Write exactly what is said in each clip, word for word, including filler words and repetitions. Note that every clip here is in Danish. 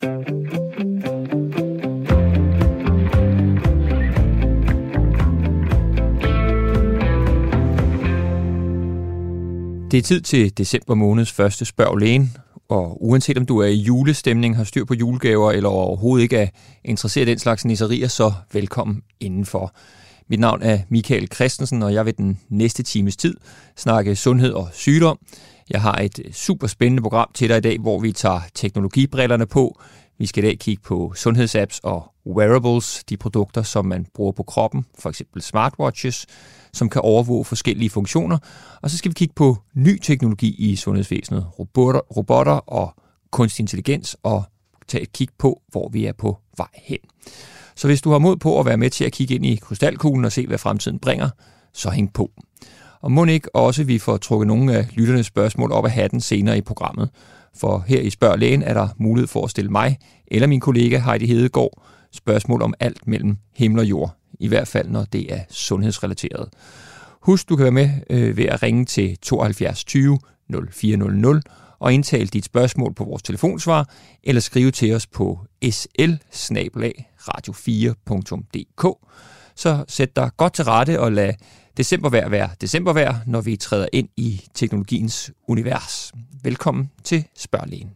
Det er tid til december måneds første Spørg Lægen, og uanset om du er i julestemning, har styr på julegaver eller overhovedet ikke er interesseret i den slags nisserier, så velkommen indenfor. Mit navn er Michael Christensen, og jeg vil den næste times tid snakke sundhed og sygdom. Jeg har et super spændende program til dig i dag, hvor vi tager teknologibrillerne på. Vi skal i dag kigge på sundhedsapps og wearables, de produkter, som man bruger på kroppen, for eksempel smartwatches, som kan overvåge forskellige funktioner. Og så skal vi kigge på ny teknologi i sundhedsvæsenet, robotter, robotter og kunstig intelligens, og tage et kig på, hvor vi er på vej hen. Så hvis du har mod på at være med til at kigge ind i krystalkuglen og se, hvad fremtiden bringer, så hæng på. Og må ikke også, vi får trukket nogle af lytternes spørgsmål op af hatten senere i programmet. For her i Spørg Lægen er der mulighed for at stille mig eller min kollega Heidi Hedegaard spørgsmål om alt mellem himmel og jord. I hvert fald, når det er sundhedsrelateret. Husk, du kan være med øh, ved at ringe til tooghalvfjerds tyve nul fire nul nul og indtale dit spørgsmål på vores telefonsvar, eller skrive til os på s l bindestreg radio fire punktum d k. Så sæt dig godt til rette og lad decembervejr være decembervejr, når vi træder ind i teknologiens univers. Velkommen til Spørg Lægen.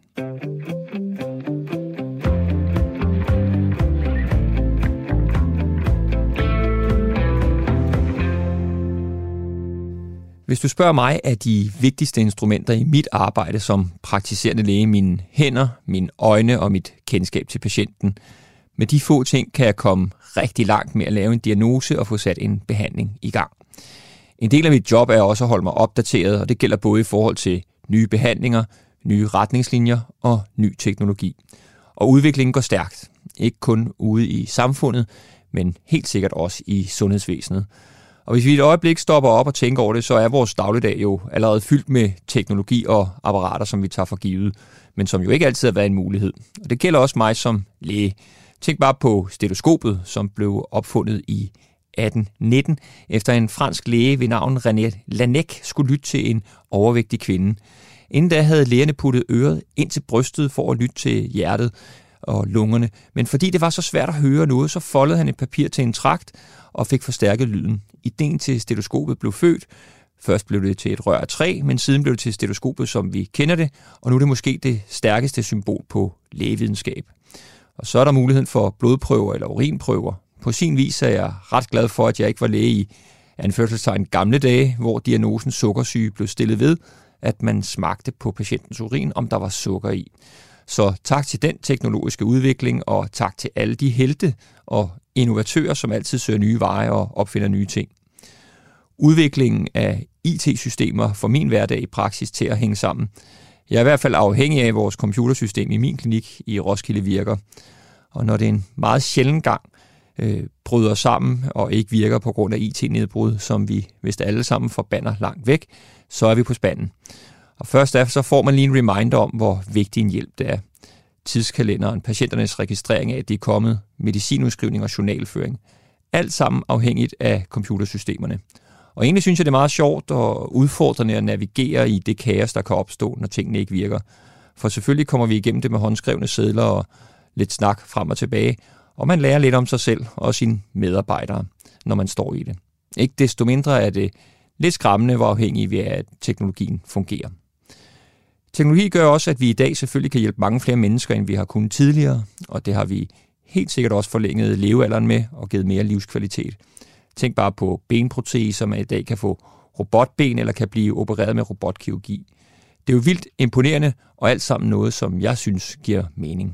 Hvis du spørger mig, er de vigtigste instrumenter i mit arbejde som praktiserende læge mine hænder, mine øjne og mit kendskab til patienten. Med de få ting kan jeg komme rigtig langt med at lave en diagnose og få sat en behandling i gang. En del af mit job er også at holde mig opdateret, og det gælder både i forhold til nye behandlinger, nye retningslinjer og ny teknologi. Og udviklingen går stærkt, ikke kun ude i samfundet, men helt sikkert også i sundhedsvæsenet. Og hvis vi et øjeblik stopper op og tænker over det, så er vores dagligdag jo allerede fyldt med teknologi og apparater, som vi tager for givet, men som jo ikke altid har været en mulighed. Og det gælder også mig som læge. Tænk bare på stetoskopet, som blev opfundet i atten nitten, efter en fransk læge ved navn René Laennec skulle lytte til en overvægtig kvinde. Inden da havde lægerne puttet øret ind til brystet for at lytte til hjertet og lungerne, men fordi det var så svært at høre noget, så foldede han et papir til en tragt og fik forstærket lyden. Ideen til stetoskopet blev født. Først blev det til et rør af træ, men siden blev det til stetoskopet, som vi kender det, og nu er det måske det stærkeste symbol på lægevidenskab. Og så er der muligheden for blodprøver eller urinprøver. På sin vis er jeg ret glad for, at jeg ikke var læge i anførselstegn gamle dage, hvor diagnosen sukkersyge blev stillet ved, at man smagte på patientens urin, om der var sukker i. Så tak til den teknologiske udvikling, og tak til alle de helte og innovatører, som altid søger nye veje og opfinder nye ting. Udviklingen af I T-systemer får min hverdag i praksis til at hænge sammen. Jeg er i hvert fald afhængig af, at vores computersystem i min klinik i Roskilde virker. Og når det er en meget sjælden gang øh, bryder sammen og ikke virker på grund af I T-nedbrud, som vi vist alle sammen forbander langt væk, så er vi på spanden. Og først efter så får man lige en reminder om, hvor vigtig en hjælp det er. Tidskalenderen, patienternes registrering af, at de er kommet, medicinudskrivning og journalføring. Alt sammen afhængigt af computersystemerne. Og egentlig synes jeg, det er meget sjovt og udfordrende at navigere i det kaos, der kan opstå, når tingene ikke virker. For selvfølgelig kommer vi igennem det med håndskrevne sedler og lidt snak frem og tilbage, og man lærer lidt om sig selv og sine medarbejdere, når man står i det. Ikke desto mindre er det lidt skræmmende, hvor afhængig vi er, at teknologien fungerer. Teknologi gør også, at vi i dag selvfølgelig kan hjælpe mange flere mennesker, end vi har kunnet tidligere, og det har vi helt sikkert også forlænget levealderen med og givet mere livskvalitet. Tænk bare på benproteser, man i dag kan få robotben eller kan blive opereret med robotkirurgi. Det er jo vildt imponerende, og alt sammen noget, som jeg synes giver mening.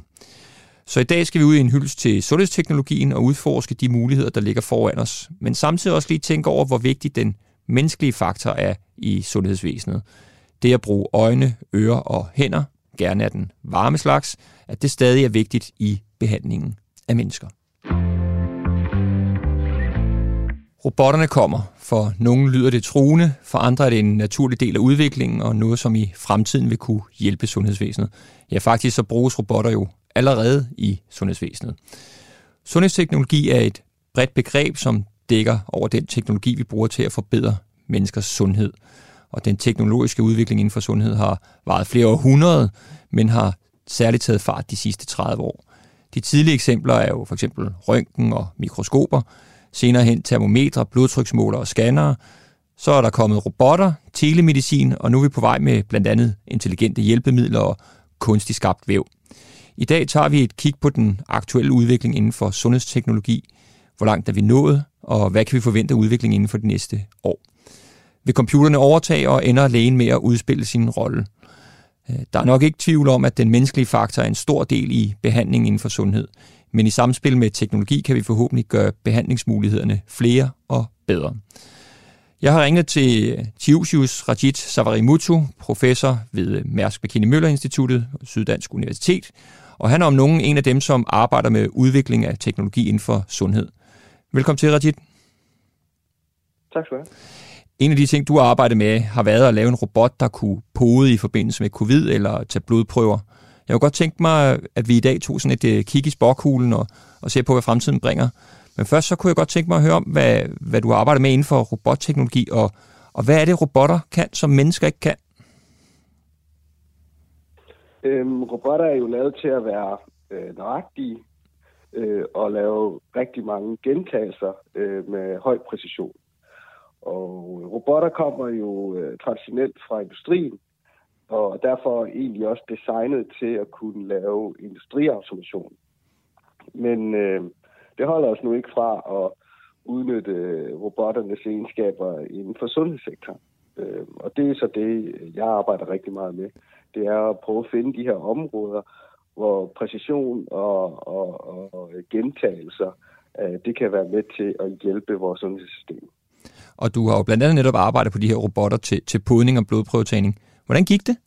Så i dag skal vi ud i en hyldest til sundhedsteknologien og udforske de muligheder, der ligger foran os, men samtidig også lige tænke over, hvor vigtig den menneskelige faktor er i sundhedsvæsenet. Det at bruge øjne, ører og hænder, gerne af den varme slags, at det stadig er vigtigt i behandlingen af mennesker. Robotterne kommer. For nogle lyder det truende, for andre er det en naturlig del af udviklingen og noget, som i fremtiden vil kunne hjælpe sundhedsvæsenet. Ja, faktisk så bruges robotter jo allerede i sundhedsvæsenet. Sundhedsteknologi er et bredt begreb, som dækker over den teknologi, vi bruger til at forbedre menneskers sundhed. Og den teknologiske udvikling inden for sundhed har varet flere århundreder, men har særligt taget fart de sidste tredive år. De tidlige eksempler er jo for eksempel røntgen og mikroskoper, senere hen termometre, blodtryksmålere og scannere. Så er der kommet robotter, telemedicin, og nu er vi på vej med blandt andet intelligente hjælpemidler og kunstig skabt væv. I dag tager vi et kig på den aktuelle udvikling inden for sundhedsteknologi. Hvor langt er vi nået, og hvad kan vi forvente af udviklingen inden for de næste år? Vil computerne overtage, og ender lægen med at udspille sin rolle? Der er nok ikke tvivl om, at den menneskelige faktor er en stor del i behandlingen inden for sundhed. Men i samspil med teknologi kan vi forhåbentlig gøre behandlingsmulighederne flere og bedre. Jeg har ringet til Tiusius Rajit Sawarimuthu, professor ved Mærsk Mc-Kinney Møller Instituttet og Syddansk Universitet, og han er om nogen en af dem, som arbejder med udvikling af teknologi inden for sundhed. Velkommen til, Rajit. Tak skal du have. En af de ting, du har arbejdet med, har været at lave en robot, der kunne pode i forbindelse med covid eller tage blodprøver. Jeg kunne godt tænke mig, at vi i dag tog sådan et kig i spåkuglen og, og ser på, hvad fremtiden bringer. Men først så kunne jeg godt tænke mig at høre om, hvad, hvad du har arbejdet med inden for robotteknologi, og, og hvad er det, robotter kan, som mennesker ikke kan? Øhm, robotter er jo lavet til at være øh, nøjagtige øh, og lave rigtig mange gentagelser øh, med høj præcision. Og robotter kommer jo øh, traditionelt fra industrien, og derfor egentlig også designet til at kunne lave industriautomation. Men øh, det holder os nu ikke fra at udnytte robotternes egenskaber inden for sundhedssektoren. Øh, og det er så det, jeg arbejder rigtig meget med. Det er at prøve at finde de her områder, hvor præcision og, og, og gentagelser, øh, det kan være med til at hjælpe vores sundhedssystem. Og du har jo blandt andet netop arbejdet på de her robotter til, til podning og blodprøvetagning. Hvordan gik det?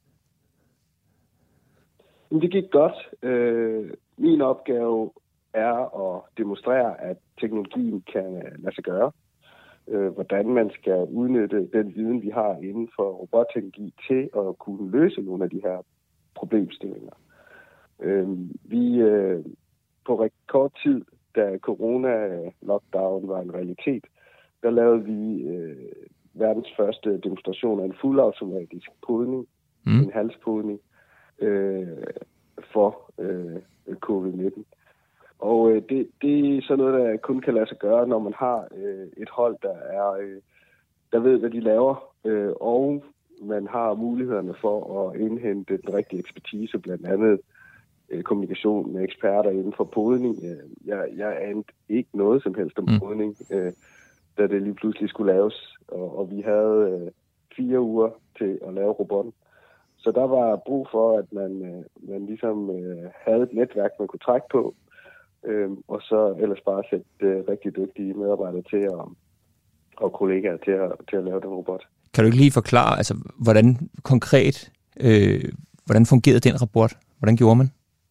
Det gik godt. Øh, min opgave er at demonstrere, at teknologien kan lade sig gøre. Øh, hvordan man skal udnytte den viden, vi har inden for robotteknologi til at kunne løse nogle af de her problemstillinger. Øh, vi øh, på rekordtid, da corona-lockdown var en realitet, der lavede vi øh, verdens første demonstration af en fuldautomatisk podning, mm. en halspodning, øh, for øh, covid nitten. Og øh, det, det er sådan noget, der kun kan lade sig gøre, når man har øh, et hold, der er øh, der ved, hvad de laver, øh, og man har mulighederne for at indhente den rigtige ekspertise, blandt andet øh, kommunikation med eksperter inden for podning. Jeg, jeg anede ikke noget som helst om mm. podning, øh, da det lige pludselig skulle laves, og, og vi havde øh, fire uger til at lave robotten. Så der var brug for, at man, øh, man ligesom øh, havde et netværk, man kunne trække på, øh, og så ellers bare sætte øh, rigtig dygtige medarbejdere til at, og kollegaer til at, til at lave den robot. Kan du ikke lige forklare, altså, hvordan konkret, øh, hvordan fungerede den robot? Hvordan gjorde man?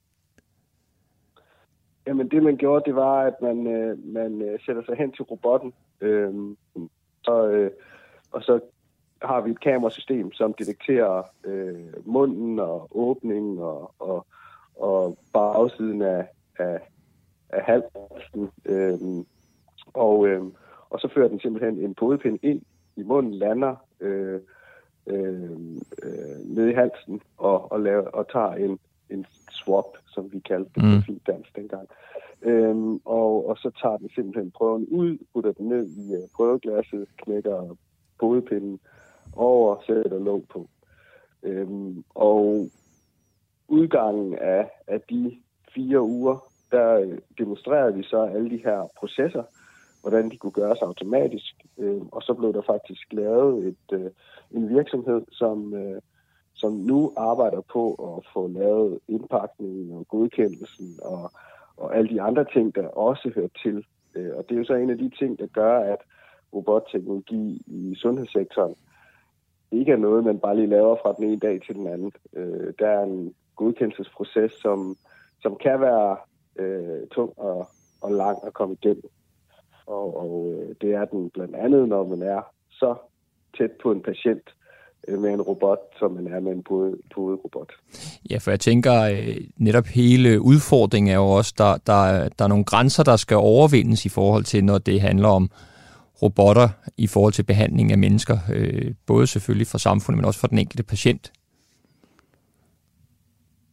Jamen det man gjorde, det var, at man, øh, man øh, sætter sig hen til robotten, øh, og, øh, og så har vi et kamerasystem, som detekterer øh, munden og åbningen og, og, og bagsiden af, af, af halsen. Øh, og, øh, og så fører den simpelthen en podepind ind i munden, lander øh, øh, øh, nede i halsen og, og, laver, og tager en, en swab, som vi kaldte det på fint dansk dengang. Øhm, og, og så tager den simpelthen prøven ud, putter den ned i uh, prøveglasset, knækker podepinden over, sætter låg på. Øhm, og udgangen af, af de fire uger, der demonstrerede vi så alle de her processer, hvordan de kunne gøres automatisk. Øhm, og så blev der faktisk lavet et, øh, en virksomhed, som... Øh, som nu arbejder på at få lavet indpakningen og godkendelsen og, og alle de andre ting, der også hører til. Og det er jo så en af de ting, der gør, at robotteknologi i sundhedssektoren ikke er noget, man bare lige laver fra den ene dag til den anden. Der er en godkendelsesproces, som, som kan være øh, tung og, og lang at komme igennem. Og, og det er den blandt andet, når man er så tæt på en patient, med en robot, som man er med en poderobot. Ja, for jeg tænker, netop hele udfordringen er jo også, der, der, der er nogle grænser, der skal overvindes i forhold til, når det handler om robotter i forhold til behandling af mennesker, både selvfølgelig for samfundet, men også for den enkelte patient.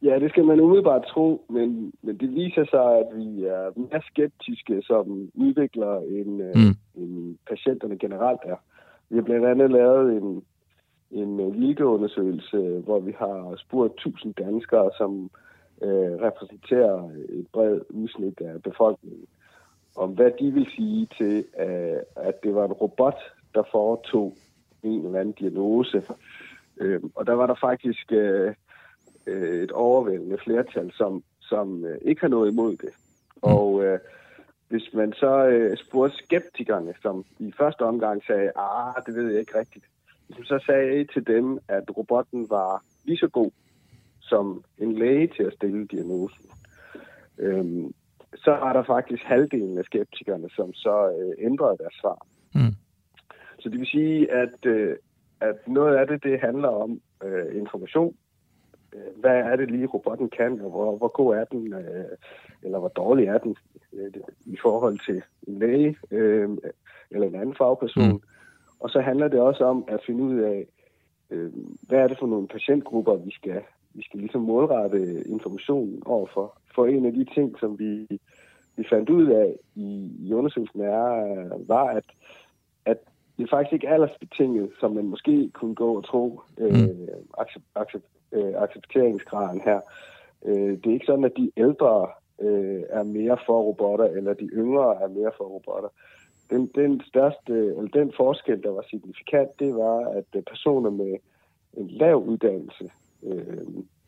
Ja, det skal man umiddelbart tro, men, men det viser sig, at vi er mere skeptiske som udviklere, end, mm. end patienterne generelt er. Vi har blandt andet lavet en, en videoundersøgelse, hvor vi har spurgt tusind danskere, som øh, repræsenterer et bredt udsnit af befolkningen, om hvad de vil sige til, øh, at det var en robot, der foretog en eller anden diagnose. Øh, og der var der faktisk øh, et overvældende flertal, som, som øh, ikke har noget imod det. Og øh, hvis man så øh, spurgte skeptikerne, som i første omgang sagde, ah, det ved jeg ikke rigtigt. Hvis man så sagde til dem, at robotten var lige så god som en læge til at stille diagnosen, øh, så var der faktisk halvdelen af skeptikerne, som så øh, ændrede deres svar. Mm. Så det vil sige, at, øh, at noget af det, det handler om øh, information. Hvad er det lige, robotten kan, og hvor, hvor god er den, øh, eller hvor dårlig er den øh, i forhold til en læge øh, eller en anden fagperson. Mm. Og så handler det også om at finde ud af, øh, hvad er det for nogle patientgrupper, vi skal, vi skal ligesom målrette informationen overfor. For en af de ting, som vi, vi fandt ud af i, i undersøgelsen, er, var, at, at det er faktisk ikke aldersbetinget, som man måske kunne gå og tro, øh, accept, accept, øh, accepteringsgraden her. Øh, det er ikke sådan, at de ældre øh, er mere for robotter, eller de yngre er mere for robotter. Den, den største, eller den forskel, der var signifikant, det var, at personer med en lav uddannelse øh,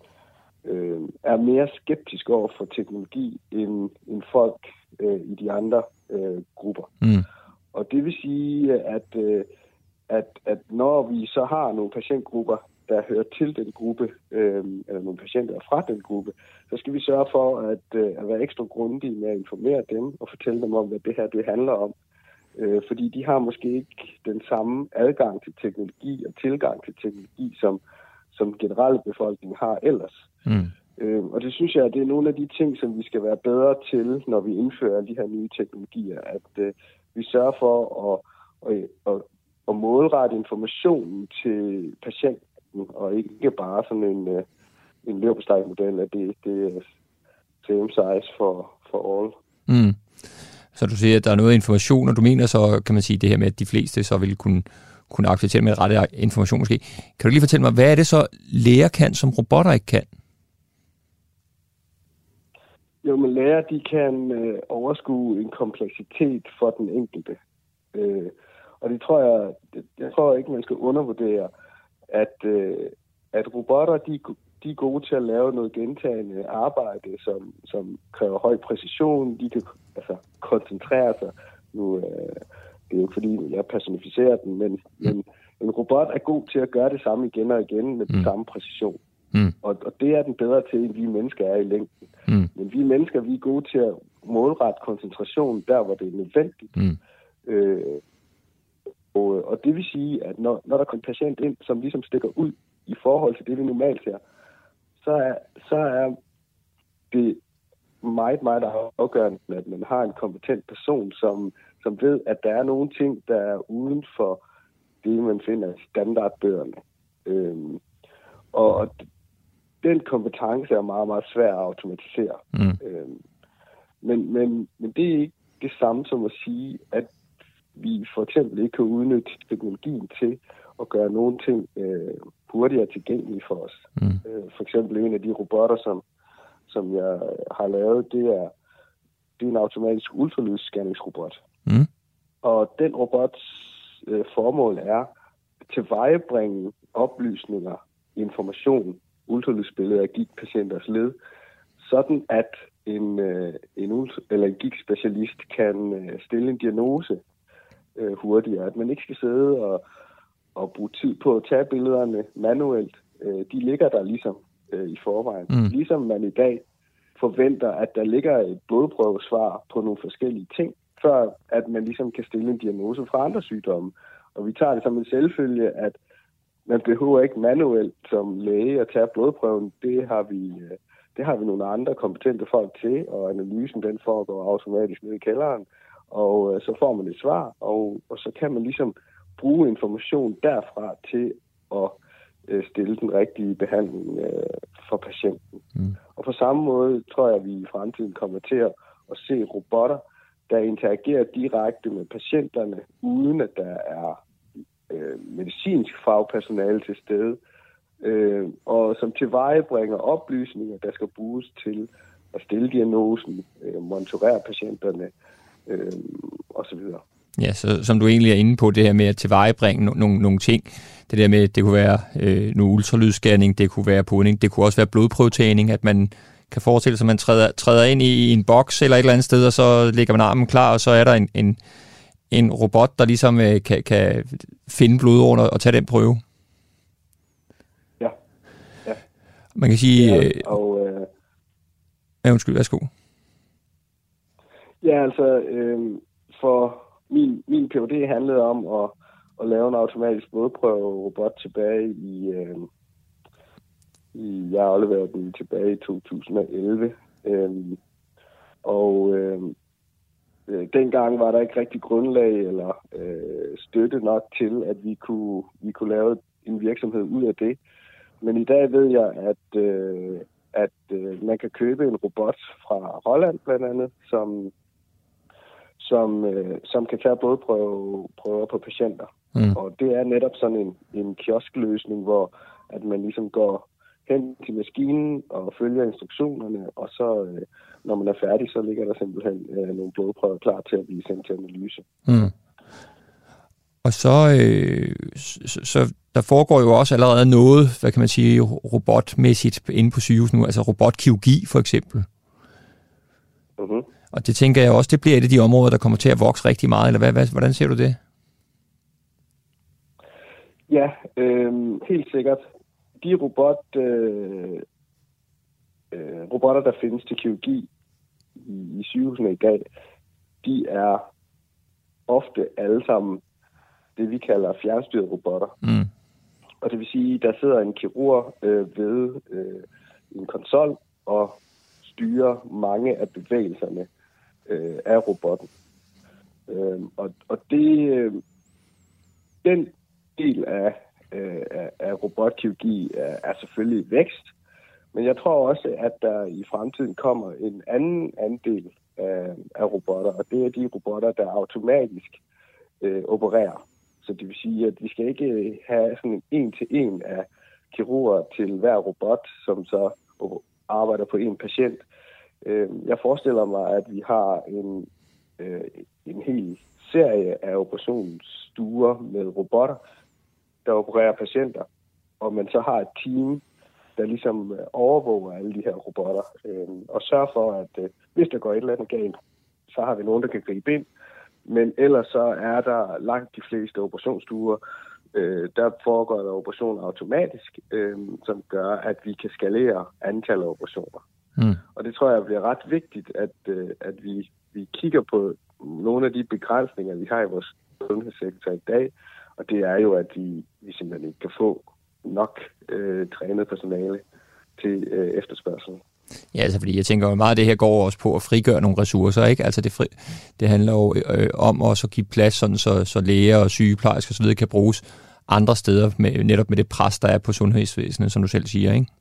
øh, er mere skeptiske over for teknologi end, end folk øh, i de andre øh, grupper. Mm. Og det vil sige, at, øh, at, at når vi så har nogle patientgrupper, der hører til den gruppe, øh, eller nogle patienter fra den gruppe, så skal vi sørge for at, øh, at være ekstra grundige med at informere dem og fortælle dem om, hvad det her det handler om. Øh, fordi de har måske ikke den samme adgang til teknologi og tilgang til teknologi, som, som den generelle befolkning har ellers. Mm. Øh, og det synes jeg, at det er nogle af de ting, som vi skal være bedre til, når vi indfører de her nye teknologier, at øh, vi sørger for at, at, at, at målrette informationen til patienten, og ikke bare sådan en, en leverpostejmodel, at det, det er same size for, for all. Mm. Så du siger, at der er noget information, og du mener så, kan man sige, det her med, at de fleste så vil kunne, kunne acceptere med rette information måske. Kan du lige fortælle mig, hvad er det så, læger kan, som robotter ikke kan? Jo, men læger, de kan øh, overskue en kompleksitet for den enkelte. Øh, og det tror jeg, det, jeg tror ikke, man skal undervurdere, at, øh, at robotter, de, de er gode til at lave noget gentagende arbejde, som, som kræver høj præcision. De kan altså koncentrere sig. Nu, øh, det er jo ikke fordi, jeg personificerer den, men, men en robot er god til at gøre det samme igen og igen med den mm. samme præcision. Mm. Og, og det er den bedre til, end vi mennesker er i længden. Mm. Men vi mennesker, vi er gode til at målrette koncentrationen der, hvor det er nødvendigt. Mm. Øh, og, og det vil sige, at når, når der kommer en patient ind, som ligesom stikker ud i forhold til det, vi normalt ser, så er, så er det meget, meget afgørende, at man har en kompetent person, som, som ved, at der er nogle ting, der er uden for det, man finder i standardbøgerne. Øh, og, og den kompetence er meget, meget svær at automatisere. Mm. Øhm, men, men, men det er ikke det samme som at sige, at vi for eksempel ikke kan udnytte teknologien til at gøre nogle ting øh, hurtigere tilgængelige for os. Mm. Øh, for eksempel en af de robotter, som, som jeg har lavet, det er, det er en automatisk ultralydsscanningsrobot. Mm. Og den robots øh, formål er at tilvejebringe oplysninger, information, ultralydsbilleder af gigtpatienters led, sådan at en, øh, en, ultra, eller en gigtspecialist kan øh, stille en diagnose øh, hurtigere. At man ikke skal sidde og, og bruge tid på at tage billederne manuelt. Øh, de ligger der ligesom øh, i forvejen. Mm. Ligesom man i dag forventer, at der ligger et blodprøvesvar på nogle forskellige ting, før at man ligesom kan stille en diagnose fra andre sygdomme. Og vi tager det som en selvfølge, at man behøver ikke manuelt som læge at tage blodprøven. Det har vi, det har vi nogle andre kompetente folk til, og analysen den foregår automatisk ned i kælderen. Og så får man et svar, og, og så kan man ligesom bruge information derfra til at øh, stille den rigtige behandling øh, for patienten. Mm. Og på samme måde tror jeg, at vi i fremtiden kommer til at, at se robotter, der interagerer direkte med patienterne, uden at der er øh, medicinsk fagpersonale til stede, øh, og som tilvejebringer oplysninger, der skal bruges til at stille diagnosen, øh, monitorere patienterne øh, osv. Ja, så som du egentlig er inde på, det her med at tilvejebringe no- nogle, nogle ting. Det der med, det kunne være øh, nogle ultralydsscanning, det kunne være podning, det kunne også være blodprøvetagning, at man kan forestille sig, at man træder, træder ind i, i en boks eller et eller andet sted, og så lægger man armen klar, og så er der en, en, en robot, der ligesom øh, kan, kan finde blodåren og, og tage den prøve. Ja. Ja. Man kan sige... Ja, øh, og, øh, ja, undskyld, værsgo. Ja, altså, øh, for min, min P H D handlede om at, at lave en automatisk blodprøve-robot tilbage i... Øh, i jeg afleverede den tilbage i to tusind og elleve. Øh, og øh, øh, dengang var der ikke rigtig grundlag eller øh, støtte nok til, at vi kunne, vi kunne lave en virksomhed ud af det. Men i dag ved jeg, at, øh, at øh, man kan købe en robot fra Holland blandt andet, som, som, øh, som kan tage blodprøver på patienter. Mm. Og det er netop sådan en, en kioskløsning, hvor at man ligesom går hen til maskinen og følger instruktionerne, og så øh, når man er færdig, så ligger der simpelthen øh, nogle blodprøver klar til at blive sendt til analyse. Mm. Og så, øh, så, så der foregår jo også allerede noget, hvad kan man sige, robotmæssigt inde på sygehus nu, altså robotkirurgi for eksempel. Mm-hmm. Og det tænker jeg også, det bliver et af de områder, der kommer til at vokse rigtig meget, eller hvad, hvad, hvordan ser du det? Ja, øh, helt sikkert. De robot, øh, øh, robotter, der findes til kirurgi i, i sygehusene i dag, de er ofte alle sammen det, vi kalder fjernstyrede robotter. Mm. Og det vil sige, der sidder en kirurg øh, ved øh, en konsol og styrer mange af bevægelserne øh, af robotten. Øh, og, og det, øh, den del af, øh, af robotkirurgi er, er selvfølgelig vækst, men jeg tror også, at der i fremtiden kommer en anden andel af, af robotter, og det er de robotter, der automatisk øh, opererer. Så det vil sige, at vi skal ikke have sådan en en-til-en af kirurger til hver robot, som så arbejder på en patient. Jeg forestiller mig, at vi har en, en hel serie af operationsstuer med robotter, der opererer patienter, og man så har et team, der ligesom overvåger alle de her robotter, og sørger for, at hvis der går et eller andet galt, så har vi nogen, der kan gribe ind. Men ellers så er der langt de fleste operationsstuer, øh, der foregår der operationer automatisk, øh, som gør, at vi kan skalere antallet af operationer. Mm. Og det tror jeg bliver ret vigtigt, at, øh, at vi, vi kigger på nogle af de begrænsninger, vi har i vores sundhedssektor i dag. Og det er jo, at vi, vi simpelthen ikke kan få nok øh, trænet personale til øh, efterspørgsel. Ja, altså fordi jeg tænker jo meget, at det her går også på at frigøre nogle ressourcer, ikke? Altså det, fri, det handler jo øh, om også at give plads, sådan så, så læger og sygeplejersker og så videre kan bruges andre steder, med, netop med det pres, der er på sundhedsvæsenet, som du selv siger, ikke?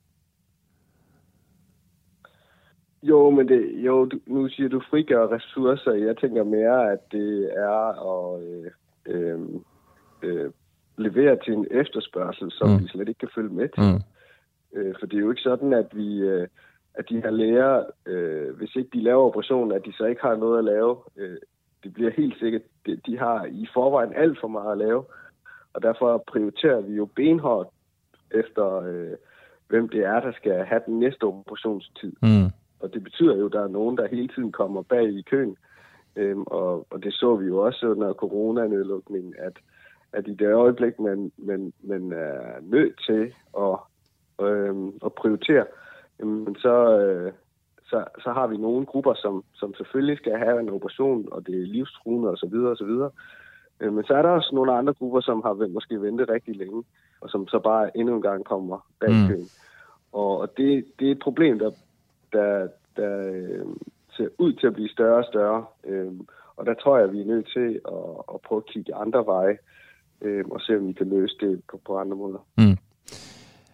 Jo, men det, jo, du, nu siger du frigør ressourcer. Jeg tænker mere, at det er at øh, øh, øh, levere til en efterspørgsel, som mm. vi slet ikke kan følge med til. Mm. Øh, for det er jo ikke sådan, at vi... Øh, at de her læger, øh, hvis ikke de laver operationen, at de så ikke har noget at lave. Øh, det bliver helt sikkert, de, de har i forvejen alt for meget at lave, og derfor prioriterer vi jo benhårdt efter, øh, hvem det er, der skal have den næste operationstid. Mm. Og det betyder jo, at der er nogen, der hele tiden kommer bag i køen, øh, og, og det så vi jo også under coronanedlukningen, at, at i det øjeblik, man, man, man er nødt til at, øh, at prioritere, men så, øh, så, så har vi nogle grupper, som, som selvfølgelig skal have en operation, og det er livstruende og så videre og så videre. Øh, men så er der også nogle andre grupper, som har måske ventet rigtig længe, og som så bare endnu en gang kommer bag mm. køen. Og, og det, det er et problem, der, der, der øh, ser ud til at blive større og større. Øh, og der tror jeg, at vi er nødt til at, at prøve at kigge andre veje, øh, og se, om vi kan løse det på, på andre måder. Mm.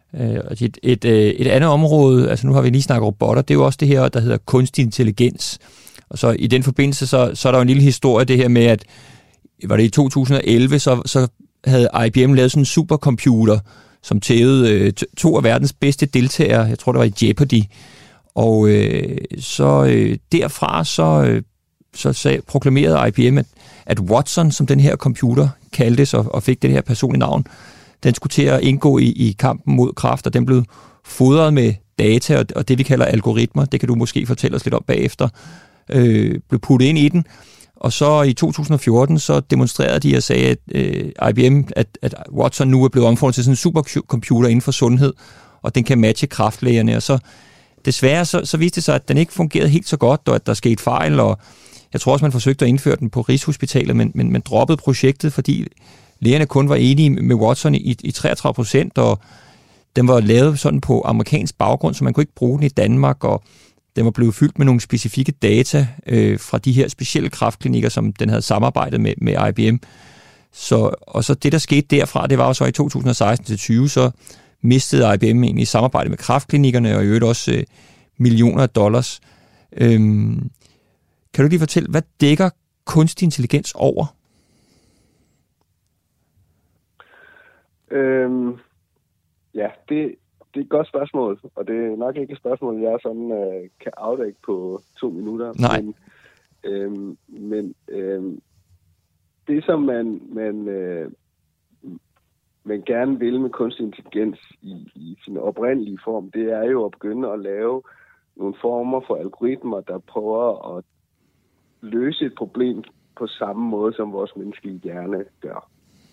Et, et, et andet område, altså nu har vi lige snakket robotter, det er jo også det her, der hedder kunstig intelligens. Og så i den forbindelse, så, så er der jo en lille historie, det her med, at var det i to tusind og elleve, så, så havde I B M lavet sådan en supercomputer, som tævede øh, to af verdens bedste deltagere, jeg tror det var i Jeopardy. Og øh, så øh, derfra, så, øh, så sag, proklamerede I B M, at, at Watson, som den her computer kaldtes og, og fik det her personlige navn, den skulle til at indgå i, i kampen mod kræft, og den blev fodret med data og, og det, vi kalder algoritmer. Det kan du måske fortælle os lidt om bagefter. Øh, blev puttet ind i den, og så i to tusind og fjorten, så demonstrerede de og sagde, at øh, I B M, at, at Watson nu er blevet omformet til sådan en supercomputer inden for sundhed, og den kan matche kræftlægerne, og så desværre så, så viste det sig, at den ikke fungerede helt så godt, og at der skete fejl, og jeg tror også, man forsøgte at indføre den på Rigshospitalet, men, men man droppede projektet, fordi lægerne kun var enige med Watson i, i treogtredive procent, og den var lavet sådan på amerikansk baggrund, så man kunne ikke bruge den i Danmark, og den var blevet fyldt med nogle specifikke data øh, fra de her specielle kræftklinikker, som den havde samarbejdet med, med I B M. Så, og så det, der skete derfra, det var jo så i to tusind og seksten til tyve, så mistede I B M egentlig samarbejde med kræftklinikkerne, og i øvrigt også øh, millioner af dollars. Øhm, kan du lige fortælle, hvad dækker kunstig intelligens over? Øhm, ja, det, det er et godt spørgsmål, og det er nok ikke et spørgsmål, jeg sådan øh, kan afdække på to minutter. Nej. Men, øhm, men øhm, det, som man, man, øh, man gerne vil med kunstig intelligens i, i sin oprindelige form, det er jo at begynde at lave nogle former for algoritmer, der prøver at løse et problem på samme måde, som vores menneskelige hjerne gør.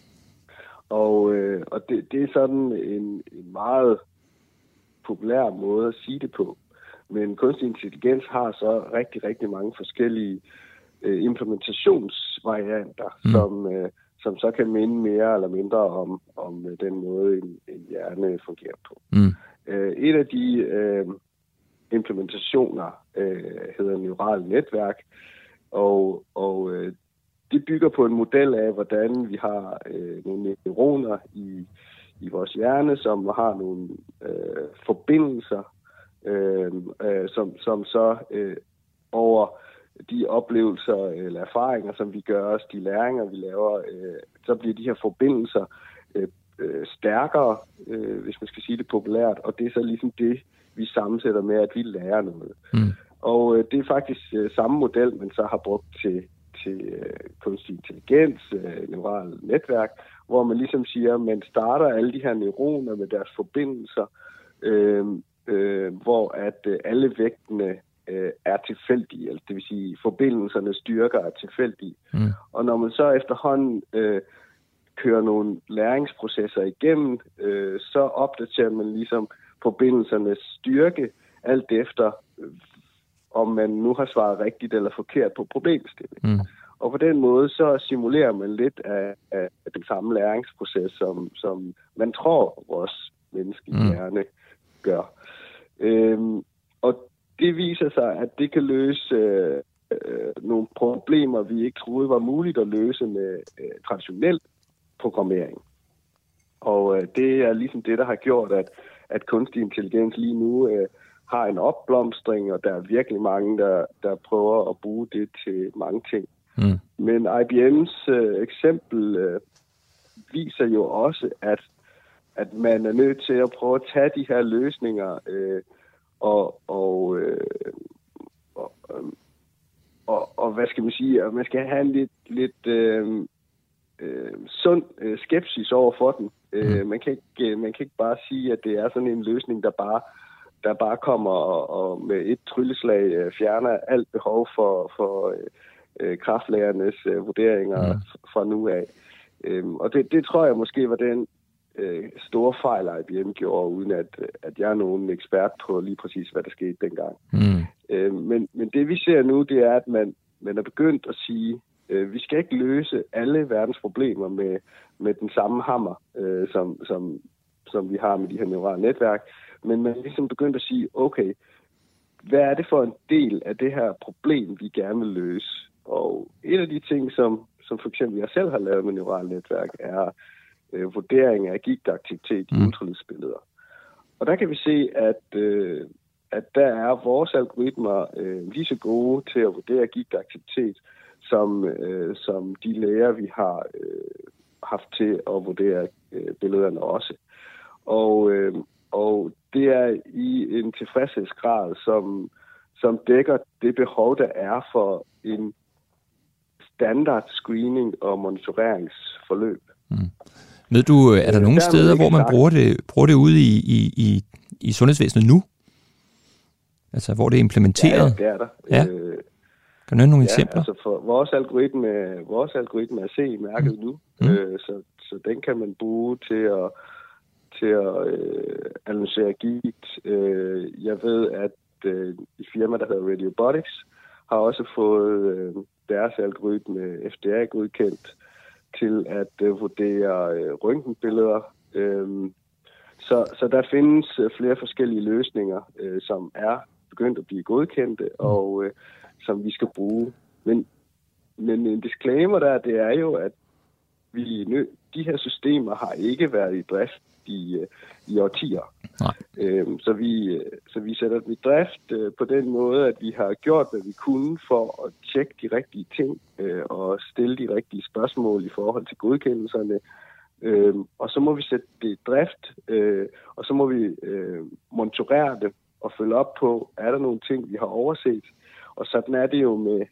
Og, øh, og det, det er sådan en, en meget populær måde at sige det på. Men kunstig intelligens har så rigtig, rigtig mange forskellige øh, implementationsvarianter, mm. som, øh, som så kan minde mere eller mindre om, om øh, den måde, en, en hjerne fungerer på. Mm. Øh, et af de øh, implementationer øh, hedder neurale netværk, og, og øh, det bygger på en model af, hvordan vi har øh, nogle neuroner i, i vores hjerne, som har nogle øh, forbindelser, øh, øh, som, som så øh, over de oplevelser eller erfaringer, som vi gør os, de læringer, vi laver, øh, så bliver de her forbindelser øh, øh, stærkere, øh, hvis man skal sige det populært, og det er så ligesom det, vi sammensætter med, at vi lærer noget. Mm. Og øh, det er faktisk øh, samme model, man så har brugt til til øh, kunstig intelligens, øh, neurale netværk, hvor man ligesom siger, at man starter alle de her neuroner med deres forbindelser, øh, øh, hvor at øh, alle vægtene øh, er tilfældige, altså det vil sige, forbindelsernes styrker er tilfældige. Mm. Og når man så efterhånden øh, kører nogle læringsprocesser igennem, øh, så opdaterer man ligesom forbindelsernes styrke, alt efter øh, om man nu har svaret rigtigt eller forkert på problemstillingen. Mm. Og på den måde, så simulerer man lidt af, af den samme læringsproces, som, som man tror, vores menneskelige hjerne mm. gør. Øhm, og det viser sig, at det kan løse øh, øh, nogle problemer, vi ikke troede var muligt at løse med øh, traditionel programmering. Og øh, det er ligesom det, der har gjort, at, at kunstig intelligens lige nu øh, har en opblomstring, og der er virkelig mange, der, der prøver at bruge det til mange ting. Mm. Men I B M's øh, eksempel øh, viser jo også, at, at man er nødt til at prøve at tage de her løsninger øh, og, og, øh, og, og, og hvad skal man sige, at man skal have en lidt, lidt øh, øh, sund øh, skepsis over for den. Mm. Øh, man, kan ikke, man kan ikke bare sige, at det er sådan en løsning, der bare der bare kommer og, og med et trylleslag øh, fjerner alt behov for, for øh, kræftlægernes øh, vurderinger mm. fra nu af. Øhm, og det, det tror jeg måske var den øh, store fejl, I B M gjorde, uden at, at jeg er nogen ekspert på lige præcis, hvad der skete dengang. Mm. Øhm, men, men det vi ser nu, det er, at man, man er begyndt at sige, øh, vi skal ikke løse alle verdens problemer med, med den samme hammer, øh, som, som, som vi har med de her neurale netværk. Men man er ligesom begyndt at sige, okay, hvad er det for en del af det her problem, vi gerne vil løse? Og en af de ting, som, som for eksempel jeg selv har lavet med neurale netværk, er øh, vurdering af gigtaktivitet i mm. ultralydsbilleder. og der kan vi se, at, øh, at der er vores algoritmer øh, lige så gode til at vurdere gigtaktivitet, som, øh, som de læger, vi har øh, haft til at vurdere øh, billederne også. Og, øh, og det er i en tilfredshedsgrad, som, som dækker det behov, der er for en standard screening og monitoreringsforløb. Mm. Ved du, er der nogle steder, hvor man bruger det, bruger det ude i, i, i, i sundhedsvæsenet nu? Altså, hvor det er implementeret? Ja, det er der. Ja. Øh, kan du nævne nogle ja, eksempler? Altså for vores algoritme, vores algoritme er C-mærket mm. nu, mm. Øh, så, så den kan man bruge til at, til at øh, analysere gigt. Øh, jeg ved, at øh, et firma, der hedder Radiobotics, har også fået øh, deres algoritme F D A-godkendt til at øh, vurdere øh, røntgenbilleder. Øh, så, så der findes øh, flere forskellige løsninger, øh, som er begyndt at blive godkendte, og øh, som vi skal bruge. Men, men en disclaimer der, det er jo, at vi nø- de her systemer har ikke været i drift i, øh, i årtier. Nej. Øhm, så, vi, så vi sætter dem i drift øh, på den måde, at vi har gjort, hvad vi kunne for at tjekke de rigtige ting øh, og stille de rigtige spørgsmål i forhold til godkendelserne. Øhm, og så må vi sætte det i drift, øh, og så må vi øh, monitorere det og følge op på, er der nogle ting, vi har overset. Og sådan er det jo med,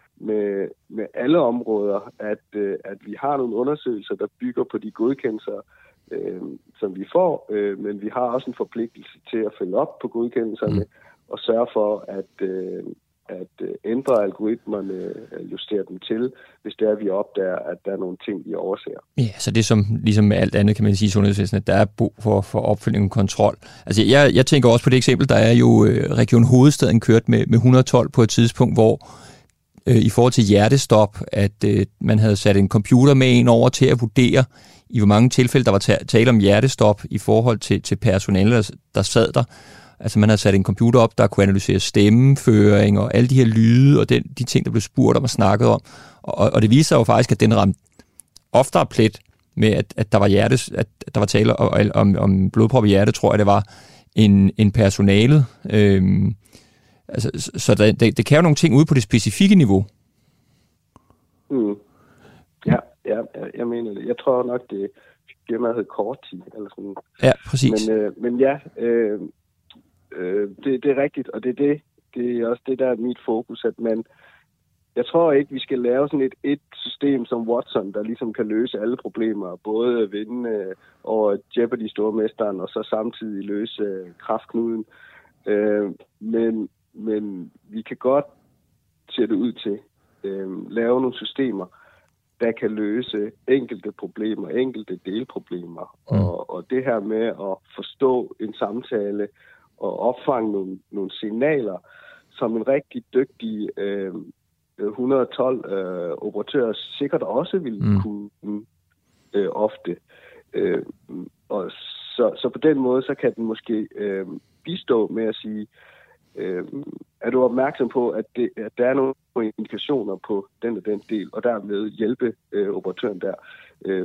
med, med alle områder, at, øh, at vi har nogle undersøgelser, der bygger på de godkendelser, øh, som vi får, øh, men vi har også en forpligtelse til at følge op på godkendelserne mm. og sørge for at, øh, at ændre algoritmerne, justere dem til, hvis det er, at vi opdager, at der er nogle ting, vi overser. Ja, så det er som, ligesom med alt andet, kan man sige i sundhedsvæsenet, at der er brug for, for opfølgning og kontrol. Altså, jeg, jeg tænker også på det eksempel, der er jo øh, Region Hovedstaden kørt med, med et hundrede og tolv på et tidspunkt, hvor øh, i forhold til hjertestop, at øh, man havde sat en computer med ind over til at vurdere, i hvor mange tilfælde der var tale om hjertestop i forhold til, til personale, der, der sad der. Altså man havde sat en computer op, der kunne analysere stemmeføring og alle de her lyde og den, de ting, der blev spurgt om og snakket om. Og, og det viser jo faktisk, at den ramte oftere plet med, at, at der var hjertes, at der var tale om, om, om blodprop i hjertet, tror jeg det var, en, en personalet. Øhm, altså, så så det, det, det kan jo nogle ting ude på det specifikke niveau. Mm. Ja, ja, jeg mener det. Jeg tror nok, det firmaet hed Corti, eller sådan. Ja, præcis. Men, øh, men ja, øh, øh, det, det er rigtigt, og det er det, det er også det, der er mit fokus, at man, jeg tror ikke, vi skal lave sådan et, et system som Watson, der ligesom kan løse alle problemer, både vinde øh, over Jeopardy-stormesteren, og så samtidig løse øh, kræftknuden. Øh, men, men vi kan godt se det ud til, øh, lave nogle systemer, der kan løse enkelte problemer, enkelte delproblemer. Mm. Og, og det her med at forstå en samtale og opfange nogle, nogle signaler, som en rigtig dygtig øh, et hundrede og tolv øh, operatør sikkert også ville mm. kunne øh, ofte. Øh, og så, så på den måde, så kan den måske øh, bistå med at sige, øh, er du opmærksom på, at, det, at der er nogle indikationer på den og den del, og dermed hjælpe øh, operatøren der. Øh,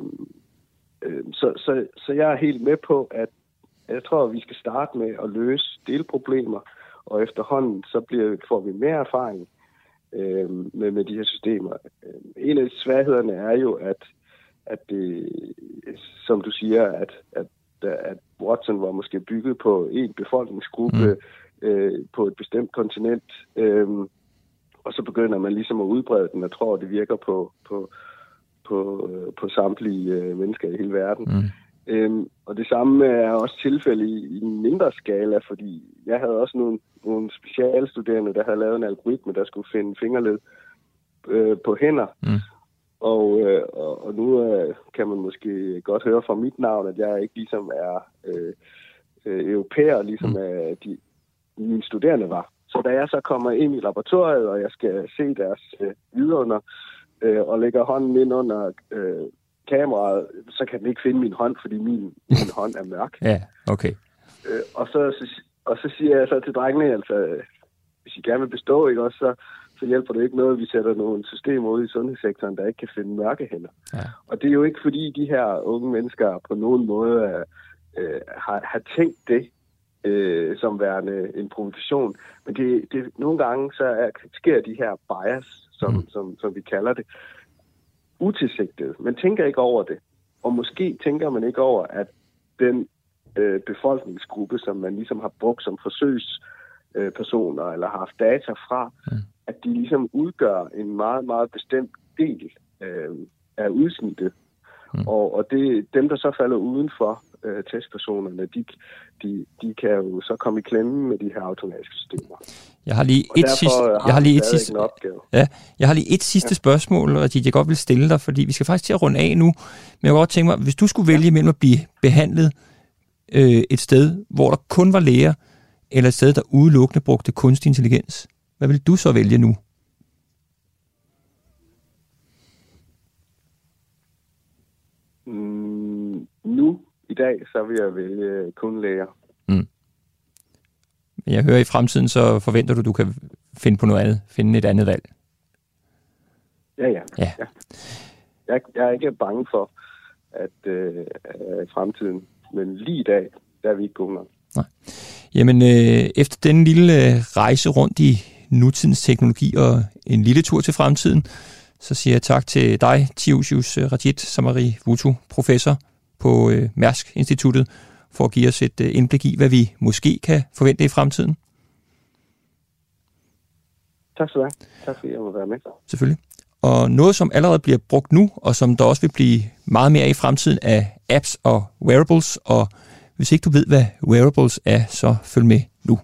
øh, så, så, så jeg er helt med på, at jeg tror, at vi skal starte med at løse delproblemer, og efterhånden så bliver, får vi mere erfaring øh, med, med de her systemer. En af svaghederne er jo, at, at det, som du siger, at, at, at Watson var måske bygget på en befolkningsgruppe, mm. øh, på et bestemt kontinent, øh, og så begynder man ligesom at udbrede den, og tror, at det virker på, på, på, på samtlige øh, mennesker i hele verden. Mm. Øhm, og det samme er også tilfælde i, i en mindre skala, fordi jeg havde også nogle, nogle specialstuderende, der havde lavet en algoritme, der skulle finde fingerled øh, på hænder. Mm. Og, øh, og, og nu øh, kan man måske godt høre fra mit navn, at jeg ikke ligesom er øh, øh, europæer, ligesom mm. øh, de, mine studerende var. Så da jeg så kommer ind i laboratoriet, og jeg skal se deres øh, vidunder, øh, og lægger hånden ind under øh, kameraet, så kan den ikke finde min hånd, fordi min, min hånd er mørk. Ja, okay. Øh, og, så, så, og så siger jeg så til drengene, altså, hvis I gerne vil bestå, ikke, også, så, så hjælper det ikke noget, at vi sætter nogle systemer ud i sundhedssektoren, der ikke kan finde mørke hænder. Ja. Og det er jo ikke, fordi de her unge mennesker på nogen måde øh, har, har tænkt det. øh, som værende en provokation. Men det, det, nogle gange så er, sker de her bias, som, mm. som, som vi kalder det, utilsigtet. Man tænker ikke over det. Og måske tænker man ikke over, at den øh, befolkningsgruppe, som man ligesom har brugt som forsøgspersoner, øh, eller har haft data fra, mm. at de ligesom udgør en meget, meget bestemt del øh, af udsnittet. Mm. Og, og det, dem, der så falder udenfor øh, testpersonerne, de, de, de kan jo så komme i klemme med de her automatiske systemer. Jeg har lige et sidste, jeg har lige et sidste, ja, jeg har lige et sidste ja. spørgsmål, Rajit, jeg godt vil stille dig, fordi vi skal faktisk til at runde af nu. Men jeg kunne godt tænke mig, hvis du skulle vælge mellem at blive behandlet øh, et sted, hvor der kun var læger, eller et sted, der udelukkende brugte kunstig intelligens, hvad vil du så vælge nu? Mm, nu, i dag, så vil jeg vælge kun læger. Mm. Jeg hører i fremtiden, så forventer du, du kan finde på noget andet, finde et andet valg. Ja, ja. ja. ja. Jeg, jeg er ikke bange for, at øh, øh, fremtiden, men lige i dag, der er vi ikke gode nok. Nej. Jamen, øh, efter den lille øh, rejse rundt i nutidens teknologi og en lille tur til fremtiden, så siger jeg tak til dig, Tiosius Rajit Samarivutu, professor på øh, Mærsk Instituttet, for at give os et øh, indblik i, hvad vi måske kan forvente i fremtiden. Tak skal du have. Tak fordi jeg må være med. Selvfølgelig. Og noget, som allerede bliver brugt nu, og som der også vil blive meget mere i fremtiden, er apps og wearables. Og hvis ikke du ved, hvad wearables er, så følg med nu.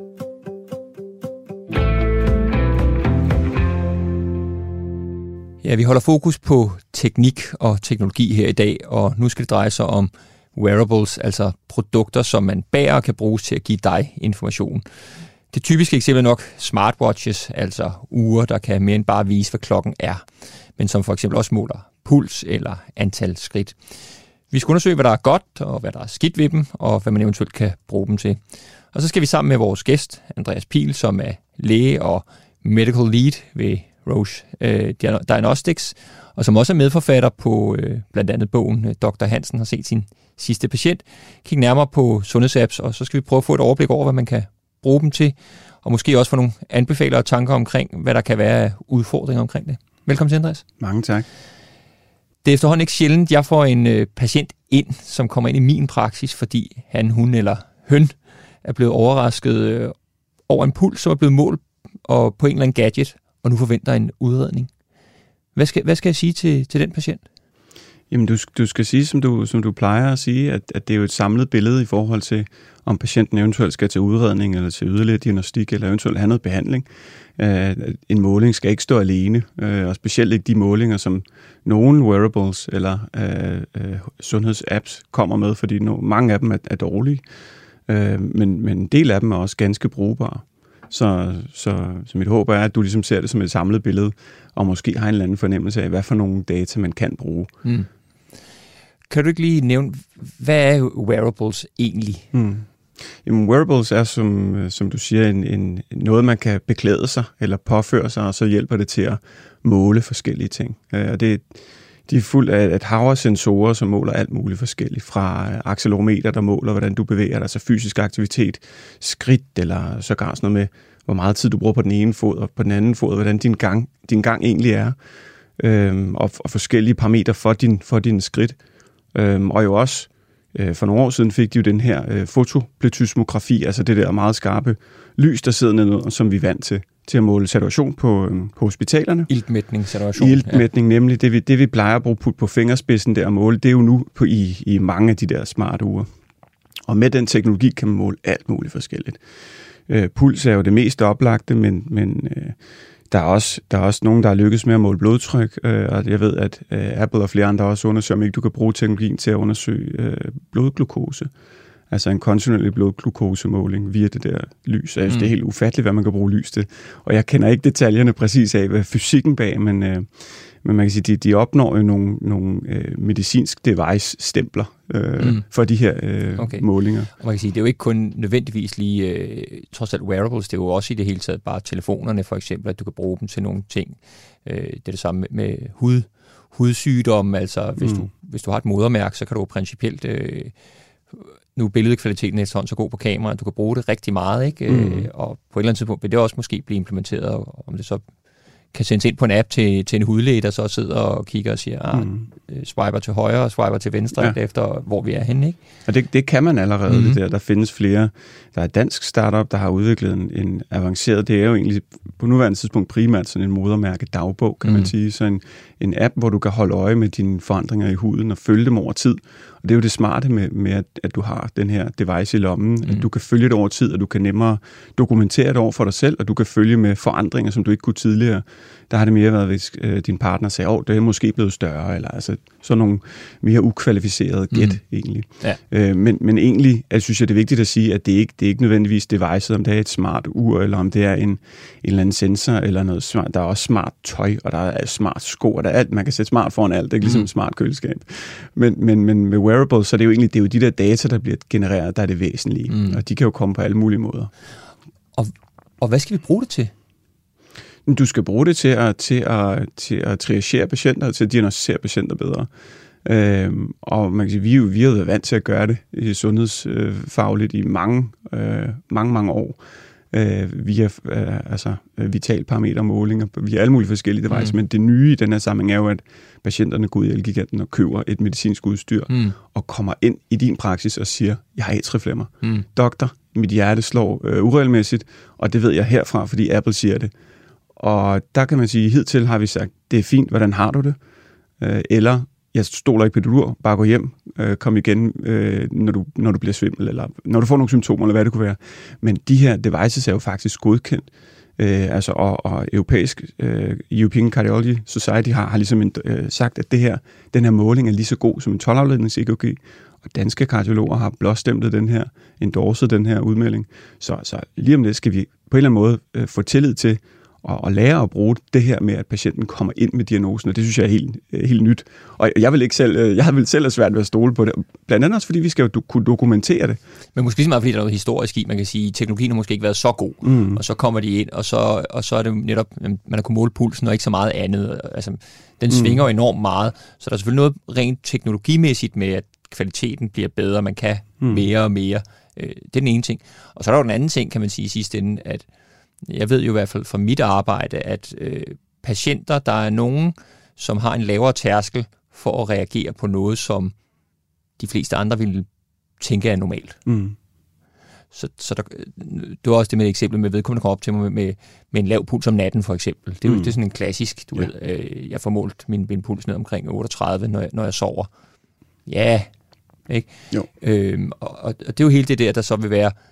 Ja, vi holder fokus på teknik og teknologi her i dag, og nu skal det dreje sig om wearables, altså produkter, som man bærer og kan bruges til at give dig information. Det typiske eksempel er nok smartwatches, altså ure, der kan mere end bare vise, hvad klokken er, men som for eksempel også måler puls eller antal skridt. Vi skal undersøge, hvad der er godt og hvad der er skidt ved dem, og hvad man eventuelt kan bruge dem til. Og så skal vi sammen med vores gæst, Andreas Pihl, som er læge og medical lead ved Roche øh, Diagnostics, og som også er medforfatter på øh, blandt andet bogen doktor Hansen har set sin sidste patient. Kig nærmere på sundhedsapps, og så skal vi prøve at få et overblik over, hvad man kan bruge dem til, og måske også få nogle anbefalinger og tanker omkring, hvad der kan være af udfordringer omkring det. Velkommen til, Andreas. Mange tak. Det er efterhånden ikke sjældent, jeg får en øh, patient ind, som kommer ind i min praksis, fordi han, hun eller høn er blevet overrasket øh, over en puls, som er blevet målt og på en eller anden gadget, og nu forventer en udredning. Hvad skal, hvad skal jeg sige til, til den patient? Jamen, du, du skal sige, som du, som du plejer at sige, at, at det er jo et samlet billede i forhold til, om patienten eventuelt skal til udredning, eller til yderligere diagnostik, eller eventuelt have noget behandling. Uh, en måling skal ikke stå alene, uh, og specielt ikke de målinger, som nogle wearables eller uh, uh, sundhedsapps kommer med, fordi no, mange af dem er, er dårlige, uh, men, men en del af dem er også ganske brugbare. Så, så, så mit håb er, at du ligesom ser det som et samlet billede, og måske har en eller anden fornemmelse af, hvad for nogle data man kan bruge. Mm. Kan du ikke lige nævne, hvad er wearables egentlig? Mm. Jamen, wearables er, som, som du siger, en, en, noget, man kan beklæde sig eller påføre sig, og så hjælper det til at måle forskellige ting. Og det, de er fuldt af et hav af sensorer, som måler alt muligt forskelligt. Fra accelerometer, der måler, hvordan du bevæger dig, altså fysisk aktivitet, skridt, eller sågar sådan noget med, hvor meget tid du bruger på den ene fod, og på den anden fod, hvordan din gang, din gang egentlig er. Øhm, og, og forskellige parametre for din, for din skridt. Øhm, og jo også, øh, for nogle år siden fik de jo den her øh, fotopletysmografi, altså det der meget skarpe lys, der sidder nede, som vi er vant til, til at måle saturation på, øh, på hospitalerne. Iltmætning, saturation. Iltmætning, ja. Nemlig det vi, det, vi plejer at bruge på, på fingerspidsen der at måle, det er jo nu på, i, i mange af de der smarte ure. Og med den teknologi kan man måle alt muligt forskelligt. Øh, puls er jo det mest oplagte, men, men øh, der, er også, der er også nogen, der har lykkes med at måle blodtryk, øh, og jeg ved, at øh, Apple og flere andre også undersøger, om ikke du kan bruge teknologien til at undersøge øh, blodglukose. Altså en kontinuerlig blodglukosemåling via det der lys. Altså, mm. Det er helt ufatteligt, hvad man kan bruge lys til. Og jeg kender ikke detaljerne præcis af, hvad fysikken bag, men, øh, men man kan sige, de, de opnår jo nogle, nogle øh, medicinsk device-stempler øh, mm. for de her øh, okay. målinger. Og man kan sige, det er jo ikke kun nødvendigvis lige, øh, trods alt wearables, det er jo også i det hele taget bare telefonerne for eksempel, at du kan bruge dem til nogle ting. Øh, det er det samme med, med hud, hudsygdomme, altså hvis, mm. du, hvis du har et modermærke, så kan du jo principielt øh, nu er billedkvaliteten efterhånden så god på kamera, at du kan bruge det rigtig meget, ikke? Mm. Øh, og på et eller andet tidspunkt vil det også måske blive implementeret, og om det så kan sendes ind på en app til, til en hudlæge, der så sidder og kigger og siger, ah, mm. swiper til højre og swiper til venstre, ja. Efter hvor vi er henne, ikke? Og det, det kan man allerede, mm-hmm. det der. Der findes flere. Der er et dansk startup, der har udviklet en, en avanceret, det er jo egentlig på nuværende tidspunkt primært sådan en modermærke dagbog, kan mm. man sige. Så en, en app, hvor du kan holde øje med dine forandringer i huden og følge dem over tid. Og det er jo det smarte med, med at, at du har den her device i lommen, mm. at du kan følge det over tid, og du kan nemmere dokumentere det over for dig selv, og du kan følge med forandringer, som du ikke kunne tidligere. Der har det mere været, hvis øh, din partner sagde, åh, oh, det er måske blevet større, eller altså sådan nogle mere ukvalificerede gæt, mm. egentlig. Ja. Øh, men, men egentlig, jeg synes jeg, det er vigtigt at sige, at det ikke det er ikke nødvendigvis device, om det er et smart ur, eller om det er en, en eller anden sensor, eller noget smart. Der er også smart tøj, og der er smart sko, og der er alt. Man kan sætte smart foran alt, det er ikke ligesom mm. et smart køleskab. Men, men, men med wearables, så er det jo egentlig det er jo de der data, der bliver genereret, der er det væsentlige. Mm. Og de kan jo komme på alle mulige måder. Og, og hvad skal vi bruge det til? Du skal bruge det til at, til at, til at triagere patienter, og til at diagnostisere patienter bedre. Øhm, og man kan sige, vi, vi har været vant til at gøre det i sundhedsfagligt i mange, øh, mange, mange år. Øh, via øh, altså, vitalparametermålinger, via alle mulige forskellige devices. Mm. Men det nye i den her sammenhæng er jo, at patienterne går ud i Elgiganten og køber et medicinsk udstyr, mm. og kommer ind i din praksis og siger, jeg har atrieflimmer. Mm. Doktor, mit hjerte slår øh, uregelmæssigt, og det ved jeg herfra, fordi Apple siger det. Og der kan man sige, hidtil har vi sagt, det er fint, hvordan har du det? Øh, eller, jeg stoler ikke på dit ur, bare gå hjem, øh, kom igen, øh, når, du, når du bliver svimmel, eller når du får nogle symptomer, eller hvad det kunne være. Men de her devices er jo faktisk godkendt. Øh, altså, og, og europæisk, øh, European Cardiology Society har, har ligesom øh, sagt, at det her, den her måling er lige så god som en tolv-aflednings-E K G, og danske kardiologer har blåstemplet den her, endorset den her udmelding. Så, så lige om det skal vi på en eller anden måde øh, få tillid til, og, og lære at bruge det her med, at patienten kommer ind med diagnosen, og det synes jeg er helt, helt nyt. Og jeg vil ikke selv, jeg vil selv have svært ved at stole på det, blandt andet også, fordi vi skal jo do- kunne dokumentere det. Men måske så meget, fordi der er noget historisk i, man kan sige, at teknologien har måske ikke været så god, mm. og så kommer de ind, og så, og så er det netop, man har kunnet måle pulsen, og ikke så meget andet. Altså, den svinger mm. enormt meget, så der er selvfølgelig noget rent teknologimæssigt med, at kvaliteten bliver bedre, man kan mm. mere og mere. Det er den ene ting. Og så er der jo den anden ting, kan man sige i sidste ende, at jeg ved jo i hvert fald fra mit arbejde, at øh, patienter, der er nogen, som har en lavere tærskel for at reagere på noget, som de fleste andre ville tænke er normalt. Mm. Så, så der, det var også det med et eksempel med vedkommende kommer op til mig med, med, med en lav puls om natten, for eksempel. Det er, mm. det er sådan en klassisk, du ja. ved, øh, jeg får målt min, min puls ned omkring otteogtredive, når jeg, når jeg sover. Ja, ikke? Jo. Øhm, og, og det er jo hele det der, der så vil være,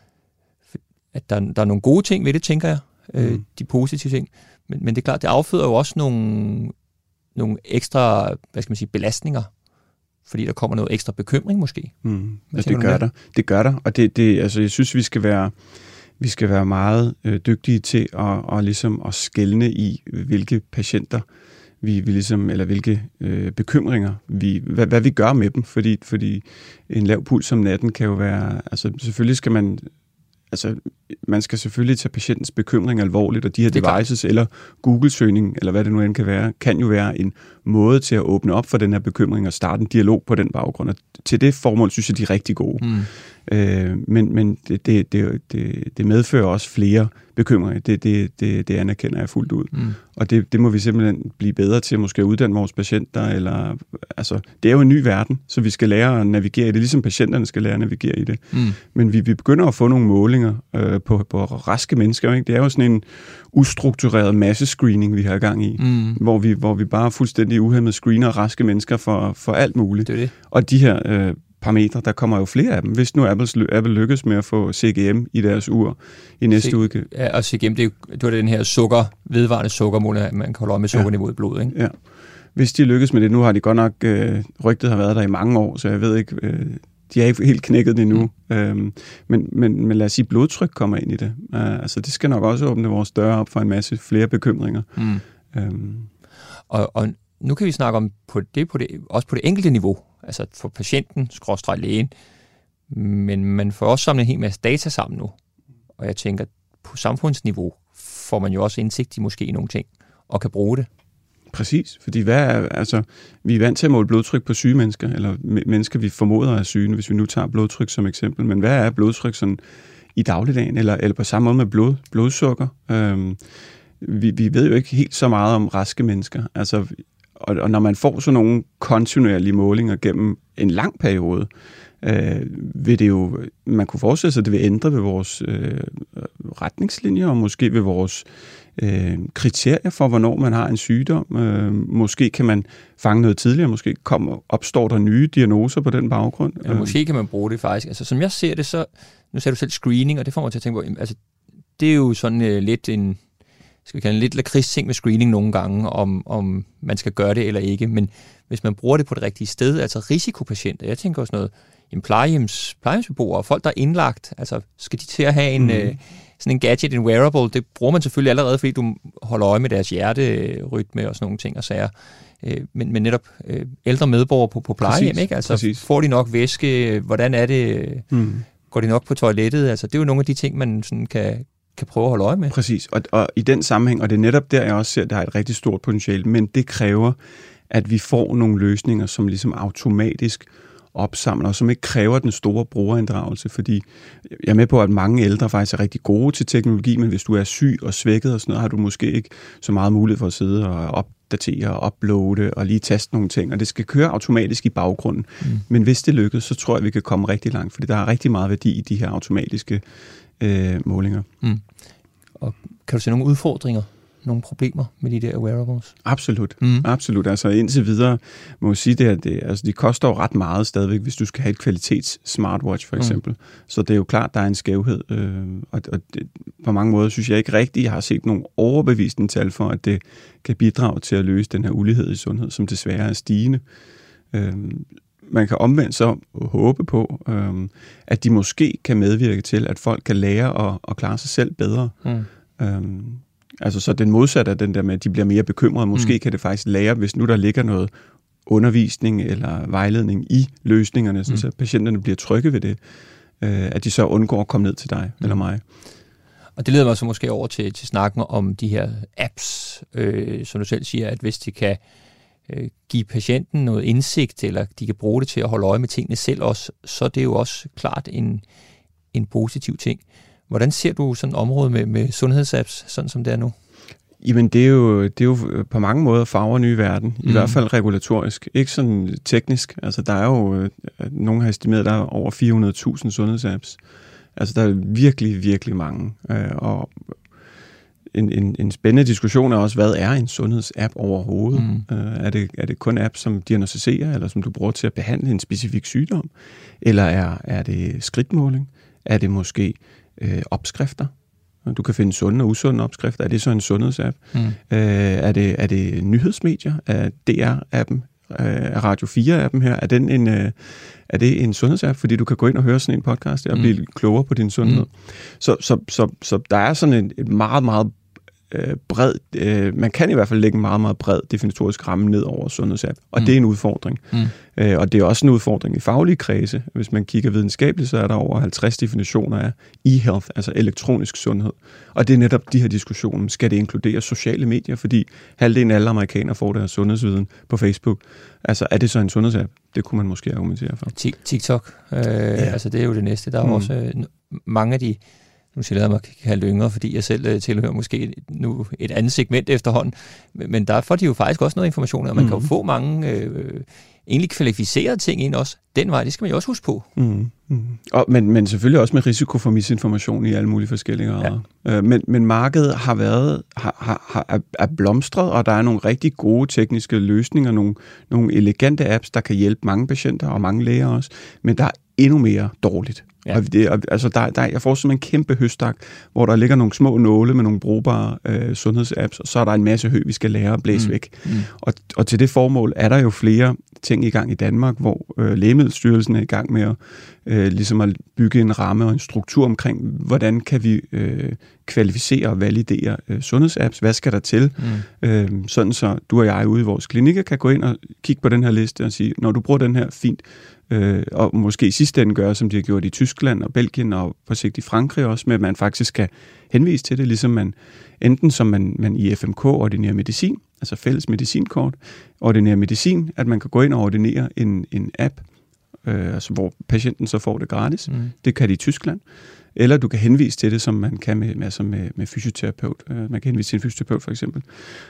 at der, der er nogle gode ting ved det, tænker jeg, øh, mm. de positive ting. Men, men det er klart, det afføder jo også nogle, nogle ekstra, hvad skal man sige, belastninger, fordi der kommer noget ekstra bekymring måske. Mm. Ja, det gør der. Det gør der, og det, det, altså, jeg synes, vi skal være, vi skal være meget øh, dygtige til at, og ligesom at skelne i, hvilke patienter vi, vi ligesom, eller hvilke øh, bekymringer, vi, hvad, hvad vi gør med dem, fordi, fordi en lav puls om natten kan jo være, altså selvfølgelig skal man Altså, man skal selvfølgelig tage patientens bekymring alvorligt, og de her devices eller Google-søgning, eller hvad det nu end kan være, kan jo være en måde til at åbne op for den her bekymring og starte en dialog på den baggrund. Og til det formål synes jeg, de er rigtig gode. Mm. Øh, men men det, det, det, det medfører også flere bekymringer. Det, det, det, det anerkender jeg fuldt ud. Mm. Og det, det må vi simpelthen blive bedre til, måske at uddanne vores patienter. Eller, altså, det er jo en ny verden, så vi skal lære at navigere i det, ligesom patienterne skal lære at navigere i det. Mm. Men vi, vi begynder at få nogle målinger øh, på, på raske mennesker. Ikke? Det er jo sådan en ustruktureret massescreening, vi har i gang i, mm. hvor, vi, hvor vi bare fuldstændig uhæmmet screener raske mennesker for, for alt muligt. Det er det. Og de her øh, parametre, der kommer jo flere af dem. Hvis nu Apple, Apple lykkes med at få C G M i deres ur i næste C- udgave. Ja, og C G M, det er, det var den her sukker, vedvarende sukkermål, man kan holde øje med sukkerniveauet i blodet, ikke? Ja. Hvis de lykkes med det, nu har de godt nok, øh, rygtet har været der i mange år, så jeg ved ikke, øh, de er ikke helt knækket det endnu. Mm. Øhm, men, men, men lad os sige, blodtryk kommer ind i det. Uh, altså det skal nok også åbne vores døre op for en masse flere bekymringer. Mm. Øhm. Og, og nu kan vi snakke om på det, på det, også på det enkelte niveau, altså for patienten, skråstreg lægen, men man får også samlet en hel masse data sammen nu. Og jeg tænker, på samfundsniveau får man jo også indsigt i måske nogle ting, og kan bruge det. Præcis, fordi hvad er, altså, vi er vant til at måle blodtryk på syge mennesker, eller mennesker, vi formoder er syge, hvis vi nu tager blodtryk som eksempel. Men hvad er blodtryk sådan i dagligdagen, eller, eller på samme måde med blod, blodsukker? Øhm, vi, vi ved jo ikke helt så meget om raske mennesker. Altså, og, og når man får sådan nogle kontinuerlige målinger gennem en lang periode, øh, vil det jo, man kunne forestille sig, at det vil ændre ved vores øh, retningslinjer, og måske ved vores øh, kriterier for, hvornår man har en sygdom. Øh, måske kan man fange noget tidligere, måske kommer, opstår der nye diagnoser på den baggrund. Ja, måske kan man bruge det faktisk. Altså, som jeg ser det, så, nu ser du selv screening, og det får mig til at tænke på, altså, det er jo sådan øh, lidt en, skal vi kalde en lidt lakrids-ting med screening nogle gange, om, om man skal gøre det eller ikke, men hvis man bruger det på det rigtige sted, altså risikopatienter, jeg tænker også noget, en plejehjems, plejehjemsbeboere, folk, der er indlagt, altså skal de til at have en, mm. øh, sådan en gadget, en wearable, det bruger man selvfølgelig allerede, fordi du holder øje med deres hjerterytme og sådan nogle ting og sager. Øh, men, men netop øh, ældre medborgere på, på plejehjem, præcis, ikke? Altså præcis. Får de nok væske, hvordan er det, mm. går de nok på toilettet, altså det er jo nogle af de ting, man sådan kan, kan prøve at holde øje med. Præcis, og, og i den sammenhæng, og det er netop der, jeg også ser, at der er et rigtig stort potentiale, men det kræver, at vi får nogle løsninger, som ligesom automatisk opsamler, og som ikke kræver den store brugerinddragelse, fordi jeg er med på, at mange ældre faktisk er rigtig gode til teknologi, men hvis du er syg og svækket og sådan noget, har du måske ikke så meget mulighed for at sidde og opdatere og uploade og lige teste nogle ting, og det skal køre automatisk i baggrunden. Mm. Men hvis det lykkes, så tror jeg, vi kan komme rigtig langt, fordi der er rigtig meget værdi i de her automatiske øh, målinger. Mm. Og kan du se nogle udfordringer? Nogle problemer med de der wearables? Absolut, mm. absolut. Altså indtil videre må jeg sige det, at det, altså, de koster jo ret meget stadigvæk, hvis du skal have et kvalitets smartwatch for eksempel. Mm. Så det er jo klart, der er en skævhed. Øh, og og det, på mange måder synes jeg ikke rigtigt, jeg har set nogle overbevisende tal for, at det kan bidrage til at løse den her ulighed i sundhed, som desværre er stigende. Øh, man kan omvendt så håbe på, øh, at de måske kan medvirke til, at folk kan lære at, at klare sig selv bedre. Mm. Øh, Altså så den modsatte af den der med, at de bliver mere bekymrede. Måske mm. kan det faktisk lære, hvis nu der ligger noget undervisning eller vejledning i løsningerne, så, mm. så patienterne bliver trygge ved det, øh, at de så undgår at komme ned til dig mm. eller mig. Og det leder mig så måske over til, til snakken om de her apps, øh, som du selv siger, at hvis de kan øh, give patienten noget indsigt, eller de kan bruge det til at holde øje med tingene selv også, så er det jo også klart en, en positiv ting. Hvordan ser du sådan et område med, med sundhedsapps, sådan som det er nu? Jamen, det er jo, det er jo på mange måder farver nye verden, i mm. hvert fald regulatorisk. Ikke sådan teknisk. Altså, der er jo, nogen har estimeret, der er over fire hundrede tusind sundhedsapps. Altså, der er virkelig, virkelig mange. Og en, en, en spændende diskussion er også, hvad er en sundhedsapp overhovedet? Mm. Er det, er det kun app, som diagnostiserer, eller som du bruger til at behandle en specifik sygdom? Eller er, er det skridtmåling? Er det måske Øh, opskrifter? Du kan finde sunde og usunde opskrifter. Er det så en sundhedsapp? Mm. Øh, er, det, er det nyhedsmedier? Er D R-appen? Er Radio fire-appen her? Er, den en, øh, er det en sundhedsapp? Fordi du kan gå ind og høre sådan en podcast og mm. blive klogere på din sundhed. Mm. Så, så, så, så der er sådan en, et meget, meget øh, bred, øh, man kan i hvert fald lægge en meget, meget bred definitorisk ramme ned over sundhedsapp, og mm. det er en udfordring. Mm. Øh, og det er også en udfordring i faglige kredse. Hvis man kigger videnskabeligt, så er der over halvtreds definitioner af e-health, altså elektronisk sundhed. Og det er netop de her diskussioner. Skal det inkludere sociale medier? Fordi halvdelen af alle amerikanere får deres sundhedsviden på Facebook. Altså, er det så en sundhedsapp? Det kunne man måske argumentere for. TikTok, øh, ja. Altså det er jo det næste. Der er mm. også øh, mange af de, nu siger jeg mig kalde yngre, fordi jeg selv øh, tilhører måske nu et andet segment efterhånden, men der får de jo faktisk også noget information, og man mm. kan jo få mange øh, egentlig kvalificerede ting ind også. Den vej, det skal man jo også huske på. Mm. Mm. Og, men, men selvfølgelig også med risiko for misinformation i alle mulige forskellige grader. Ja. Øh, men, men markedet har været har, har, har, er blomstret, og der er nogle rigtig gode tekniske løsninger, nogle, nogle elegante apps, der kan hjælpe mange patienter og mange læger også, men der er endnu mere dårligt. Ja. Og det, altså der, der, jeg får sådan en kæmpe høstak, hvor der ligger nogle små nåle med nogle brugbare øh, sundhedsapps, og så er der en masse hø, vi skal lære at blæse mm. væk. Mm. Og, og til det formål er der jo flere ting i gang i Danmark, hvor øh, Lægemiddelstyrelsen er i gang med at, øh, ligesom at bygge en ramme og en struktur omkring, hvordan kan vi øh, kvalificere og validere øh, sundhedsapps, hvad skal der til, mm. øh, sådan så du og jeg ude i vores klinikker kan gå ind og kigge på den her liste og sige, når du bruger den her, fint, Øh, og måske i sidste ende gøre, som de har gjort i Tyskland og Belgien og på sigt i Frankrig også, med at man faktisk kan henvise til det, ligesom man enten som man, man i F M K ordinerer medicin, altså fælles medicinkort, ordinere medicin, at man kan gå ind og ordinere en, en app, øh, altså hvor patienten så får det gratis. Mm. Det kan de i Tyskland. Eller du kan henvise til det, som man kan med, altså med, med fysioterapeut. Uh, man kan henvise til en fysioterapeut, for eksempel.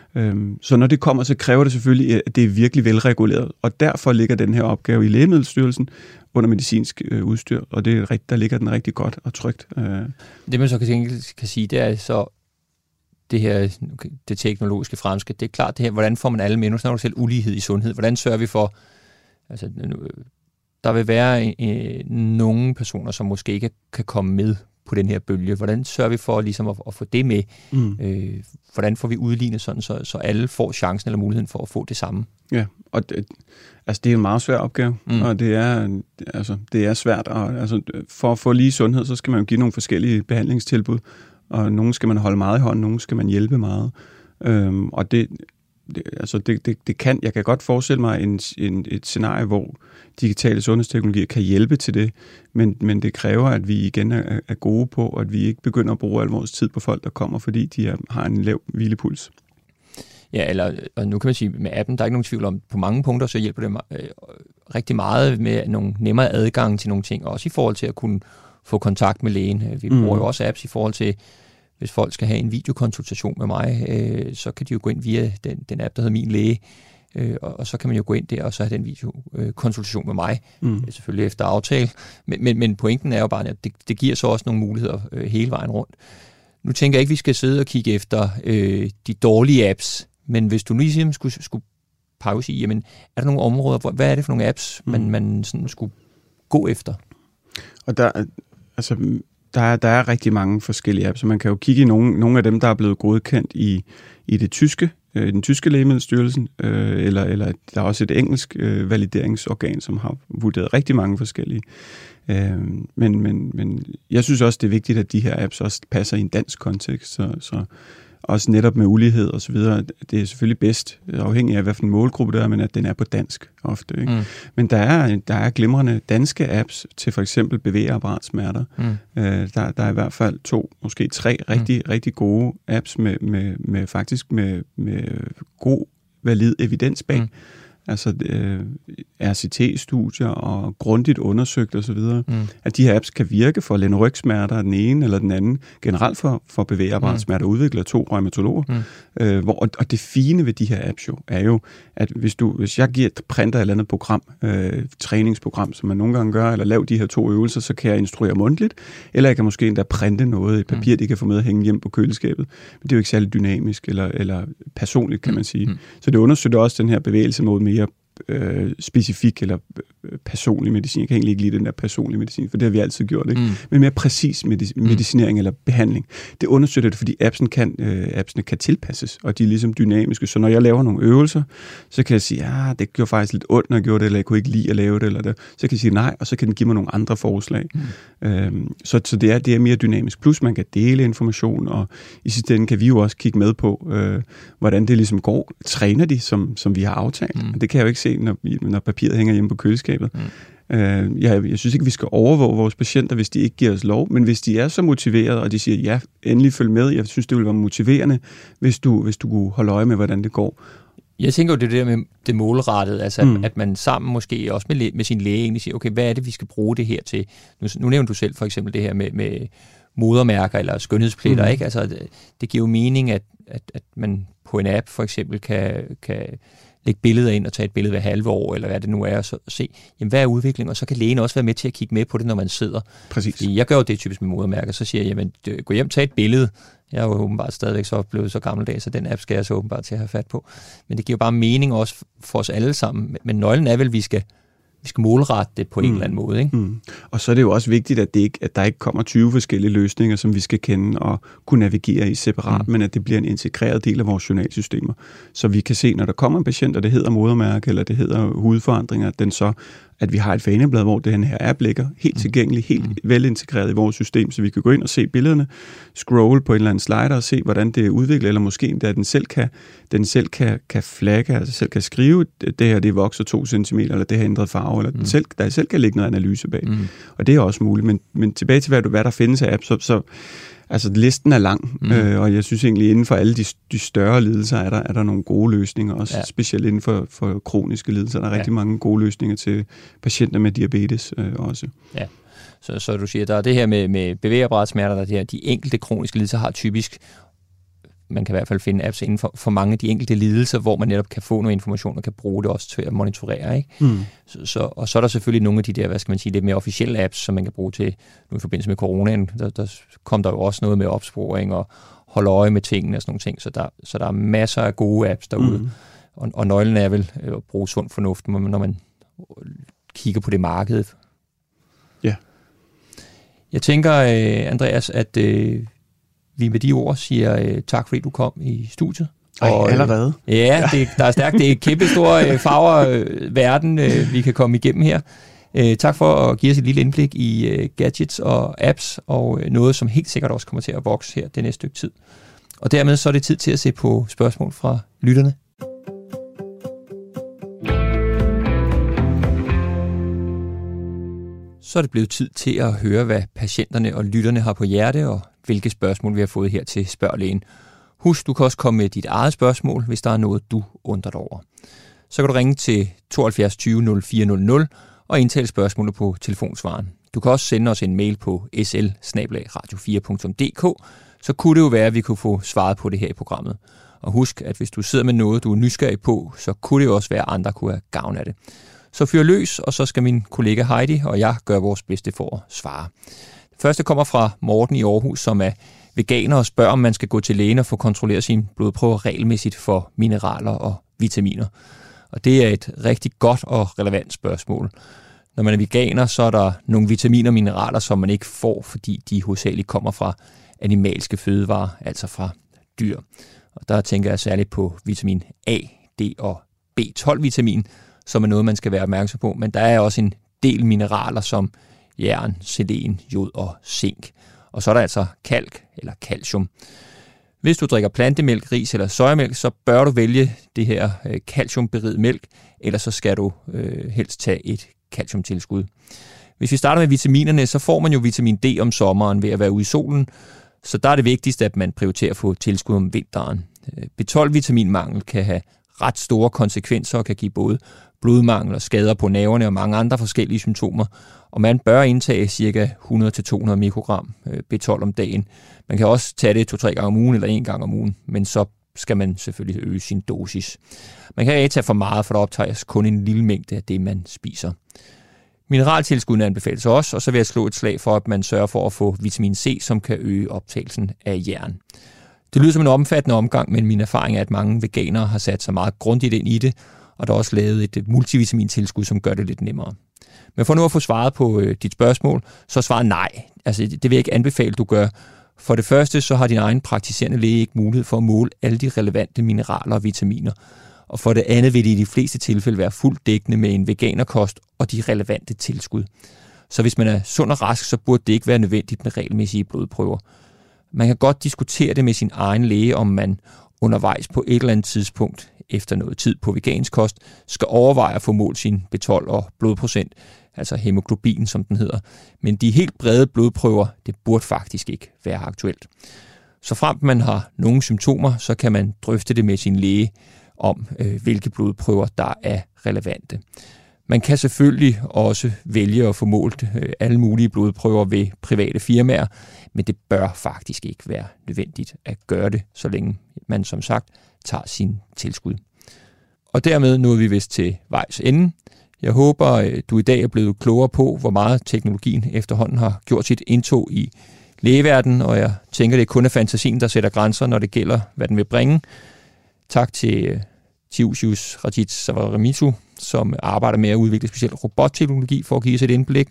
Um, så når det kommer, så kræver det selvfølgelig, at det er virkelig velreguleret. Og derfor ligger den her opgave i Lægemiddelstyrelsen under medicinsk uh, udstyr, og det er, der ligger den rigtig godt og trygt. Uh. Det man så kan, kan sige, det er så det her det teknologiske fremskridt. Det er klart, det her, hvordan får man alle med? Nu snakker du selv ulighed i sundhed. Hvordan sørger vi for... Altså, der vil være øh, nogle personer, som måske ikke kan komme med på den her bølge. Hvordan sørger vi for ligesom at, at få det med? Mm. Øh, hvordan får vi udlignet sådan, så, så alle får chancen eller muligheden for at få det samme? Ja, og det, altså det er en meget svær opgave, mm. og det er, altså, det er svært. Og, altså, for at få lige sundhed, så skal man jo give nogle forskellige behandlingstilbud, og nogle skal man holde meget i hånden, nogle skal man hjælpe meget. Øhm, og det... Det, altså det, det, det kan, jeg kan godt forestille mig en, en, et scenarie, hvor digitale sundhedsteknologier kan hjælpe til det, men, men det kræver, at vi igen er, er gode på, at vi ikke begynder at bruge al vores tid på folk, der kommer, fordi de er, har en lav hvilepuls. Ja, eller og nu kan man sige, med appen, der er ikke nogen tvivl om, på mange punkter, så hjælper det øh, rigtig meget med nogle nemmere adgang til nogle ting, også i forhold til at kunne få kontakt med lægen. Vi bruger mm. jo også apps i forhold til, hvis folk skal have en videokonsultation med mig, øh, så kan de jo gå ind via den, den app, der hedder Min Læge, øh, og, og så kan man jo gå ind der og så have den videokonsultation med mig, mm. selvfølgelig efter aftale. Men, men, men pointen er jo bare, at det, det giver så også nogle muligheder øh, hele vejen rundt. Nu tænker jeg ikke, at vi skal sidde og kigge efter øh, de dårlige apps, men hvis du nu ligesom skulle, skulle pause i, jamen, er der nogle områder, hvor, hvad er det for nogle apps, mm. man, man sådan skulle gå efter? Og der, altså... Der er, der er rigtig mange forskellige apps, så man kan jo kigge i nogle, nogle af dem, der er blevet godkendt i, i det tyske, øh, den tyske Lægemiddelstyrelsen, øh, eller, eller der er også et engelsk øh, valideringsorgan, som har vurderet rigtig mange forskellige. Øh, men, men, men jeg synes også, det er vigtigt, at de her apps også passer i en dansk kontekst, så, så også netop med ulighed og så videre. Det er selvfølgelig bedst, afhængig af, hvilken målgruppe det er, men at den er på dansk ofte. Ikke? Mm. Men der er, der er glimrende danske apps til for eksempel bevægeapparatsmerter. Mm. Øh, der, der er i hvert fald to, måske tre rigtig, mm. rigtig gode apps med, med, med faktisk med, med god, valid evidens bag. Mm. Altså øh, R C T-studier og grundigt undersøgt osv., mm. at de her apps kan virke for lænd-rygsmerter, den ene eller den anden, generelt for, for bevægeapparatsmerter, mm. udvikler to rheumatologer. Mm. Øh, hvor, og det fine ved de her apps jo, er jo, at hvis, du, hvis jeg giver et printer et eller andet program, øh, træningsprogram, som man nogle gange gør, eller laver de her to øvelser, så kan jeg instruere mundtligt, eller jeg kan måske endda printe noget i papir, mm. de kan få med at hænge hjem på køleskabet. Men det er jo ikke særlig dynamisk eller, eller personligt, kan man sige. Mm. Så det understøtter også den her bevægelse mod mere Øh, specifik eller øh, personlig medicin. Jeg kan egentlig ikke lide den der personlige medicin, for det har vi altid gjort, ikke? Mm. Men mere præcis medic- medicinering mm. eller behandling. Det understøtter det, fordi appsen kan, øh, appsene kan tilpasses, og de er ligesom dynamiske. Så når jeg laver nogle øvelser, så kan jeg sige, ja, det gjorde faktisk lidt ondt, når jeg gjorde det, eller jeg kunne ikke lide at lave det, eller det. Så kan jeg sige nej, og så kan den give mig nogle andre forslag. Mm. Øhm, så så det, er, det er mere dynamisk. Plus man kan dele information, og i sidste ende kan vi jo også kigge med på, øh, hvordan det ligesom går. Træner de, som, som vi har aftalt? Mm. Det kan jeg jo ikke se, Når, når papiret hænger hjemme på køleskabet. Mm. Øh, jeg, jeg synes ikke, vi skal overvåge vores patienter, hvis de ikke giver os lov, men hvis de er så motiverede, og de siger, ja, endelig følg med, jeg synes, det vil være motiverende, hvis du, hvis du kunne holde øje med, hvordan det går. Jeg tænker jo, det der med det målrettede, altså mm. at man sammen måske også med, med sin læge egentlig siger, okay, hvad er det, vi skal bruge det her til? Nu, nu nævner du selv for eksempel det her med, med modermærker eller skønhedspletter, mm. ikke? Altså, det, det giver jo mening, at, at, at man på en app for eksempel kan, kan lægge billeder ind og tage et billede hver halve år, eller hvad det nu er, og så se, jamen, hvad er udviklingen, og så kan lægen også være med til at kigge med på det, når man sidder. Præcis. Fordi jeg gør jo det typisk med modermærker, så siger jeg, jamen, gå hjem, tag et billede. Jeg er jo åbenbart stadigvæk så blevet så gammeldags, så den app skal jeg så åbenbart til at have fat på. Men det giver jo bare mening også for os alle sammen. Men nøglen er vel, at vi skal Vi skal målrette det på en mm. eller anden måde, ikke? Mm. Og så er det jo også vigtigt, at, det ikke, at der ikke kommer tyve forskellige løsninger, som vi skal kende og kunne navigere i separat, mm. men at det bliver en integreret del af vores journalsystemer. Så vi kan se, når der kommer en patient, og det hedder modermærke, eller det hedder hudforandringer, den så, at vi har et faneblad, hvor den her app ligger helt mm. tilgængelig, helt mm. velintegreret i vores system, så vi kan gå ind og se billederne, scroll på en eller anden slider og se, hvordan det er udviklet, eller måske endda, at den selv kan, den selv kan, kan flagge, altså selv kan skrive, det her det vokser to centimeter, eller det har ændret farve, eller mm. den selv, der selv kan lægge noget analyse bag. Mm. Og det er også muligt. Men, men tilbage til, hvad, hvad der findes af apps, så, så altså listen er lang, mm. øh, og jeg synes egentlig, inden for alle de, de større lidelser, er der, er der nogle gode løsninger, også ja. specielt inden for, for kroniske lidelser. Der er ja. rigtig mange gode løsninger til patienter med diabetes øh, også. Ja, så, så du siger, der er det her med, med bevægeapparatsmerter, der er det her, de enkelte kroniske lidelser har typisk, man kan i hvert fald finde apps inden for, for mange af de enkelte lidelser, hvor man netop kan få noget information og kan bruge det også til at monitorere. Ikke? Mm. Så, så, og så er der selvfølgelig nogle af de der, hvad skal man sige, lidt mere officielle apps, som man kan bruge til, nu i forbindelse med coronaen, der, der kom der jo også noget med opsporing og holde øje med tingene og sådan nogle ting, så der, så der er masser af gode apps derude. Mm. Og, og nøglen er vel at bruge sund fornuft, når man kigger på det marked. Ja. Jeg tænker, Andreas, at øh, vi med de ord siger øh, tak, fordi du kom i studiet. Ej, og, allerede? Øh, ja, det, der er stærkt. Det er et kæmpe stor øh, farver øh, verden, øh, vi kan komme igennem her. Øh, tak for at give os et lille indblik i øh, gadgets og apps, og øh, noget, som helt sikkert også kommer til at vokse her det næste stykke tid. Og dermed så er det tid til at se på spørgsmål fra lytterne. Så er det blevet tid til at høre, hvad patienterne og lytterne har på hjerte, og hvilke spørgsmål vi har fået her til Spørg Lægen. Husk, du kan også komme med dit eget spørgsmål, hvis der er noget, du undrer dig over. Så kan du ringe til tooghalvfjerds tyve nul fire nul nul og indtale spørgsmålet på telefonsvaren. Du kan også sende os en mail på s l bindestreg radio fire punktum d k, så kunne det jo være, at vi kunne få svaret på det her i programmet. Og husk, at hvis du sidder med noget, du er nysgerrig på, så kunne det jo også være, at andre kunne have gavn af det. Så fyr løs, og så skal min kollega Heidi og jeg gøre vores bedste for at svare. Det første kommer fra Morten i Aarhus, som er veganer og spørger, om man skal gå til lægen og få kontrolleret sine blodprøver regelmæssigt for mineraler og vitaminer. Og det er et rigtig godt og relevant spørgsmål. Når man er veganer, så er der nogle vitaminer og mineraler, som man ikke får, fordi de hovedsageligt kommer fra animalske fødevarer, altså fra dyr. Og der tænker jeg særligt på vitamin A, D og B tolv vitamin, som er noget, man skal være opmærksom på. Men der er også en del mineraler som jern, selen, jod og zink. Og så er der altså kalk eller calcium. Hvis du drikker plantemælk, ris eller sojamælk, så bør du vælge det her øh, calciumberiget mælk, ellers så skal du øh, helst tage et calciumtilskud. Hvis vi starter med vitaminerne, så får man jo vitamin D om sommeren ved at være ude i solen, så der er det vigtigste, at man prioriterer at få tilskud om vinteren. B tolv vitaminmangel kan have ret store konsekvenser og kan give både blodmangel og skader på nerverne og mange andre forskellige symptomer, og man bør indtage ca. hundrede til to hundrede mikrogram B tolv om dagen. Man kan også tage det to-tre gange om ugen eller en gang om ugen, men så skal man selvfølgelig øge sin dosis. Man kan ikke tage for meget, for der optages kun en lille mængde af det, man spiser. Mineraltilskuddene anbefales også, og så vil jeg slå et slag for, at man sørger for at få vitamin C, som kan øge optagelsen af jern. Det lyder som en omfattende omgang, men min erfaring er, at mange veganere har sat sig meget grundigt ind i det, og der er også lavet et multivitamintilskud, som gør det lidt nemmere. Men for nu at få svaret på øh, dit spørgsmål, så svarer nej. Altså, det vil jeg ikke anbefale, du gør. For det første, så har din egen praktiserende læge ikke mulighed for at måle alle de relevante mineraler og vitaminer. Og for det andet vil det i de fleste tilfælde være fuldt dækkende med en veganerkost og de relevante tilskud. Så hvis man er sund og rask, så burde det ikke være nødvendigt med regelmæssige blodprøver. Man kan godt diskutere det med sin egen læge, om man undervejs på et eller andet tidspunkt efter noget tid på vegansk kost skal overveje at få målt sin B tolv og blodprocent, altså hemoglobin, som den hedder. Men de helt brede blodprøver, det burde faktisk ikke være aktuelt. Så frem man har nogle symptomer, så kan man drøfte det med sin læge om, øh, hvilke blodprøver, der er relevante. Man kan selvfølgelig også vælge at få målt øh, alle mulige blodprøver ved private firmaer, men det bør faktisk ikke være nødvendigt at gøre det, så længe man som sagt tager sin tilskud. Og dermed nåede vi vist til vejs ende. Jeg håber, du i dag er blevet klogere på, hvor meget teknologien efterhånden har gjort sit indtog i lægeverdenen, og jeg tænker, det kun er fantasien, der sætter grænser, når det gælder, hvad den vil bringe. Tak til Tiusius Rajit Savaramitu, som arbejder med at udvikle specielt robotteknologi for at give os et indblik.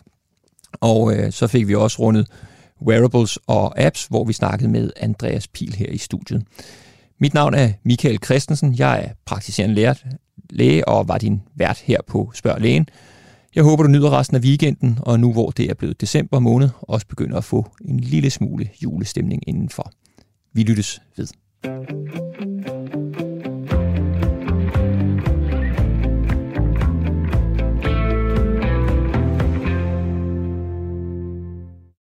Og øh, så fik vi også rundet wearables og apps, hvor vi snakkede med Andreas Pihl her i studiet. Mit navn er Michael Christensen. Jeg er praktiserende læge og var din vært her på Spørg Lægen. Jeg håber, du nyder resten af weekenden, og nu hvor det er blevet december måned, også begynder at få en lille smule julestemning indenfor. Vi lyttes ved.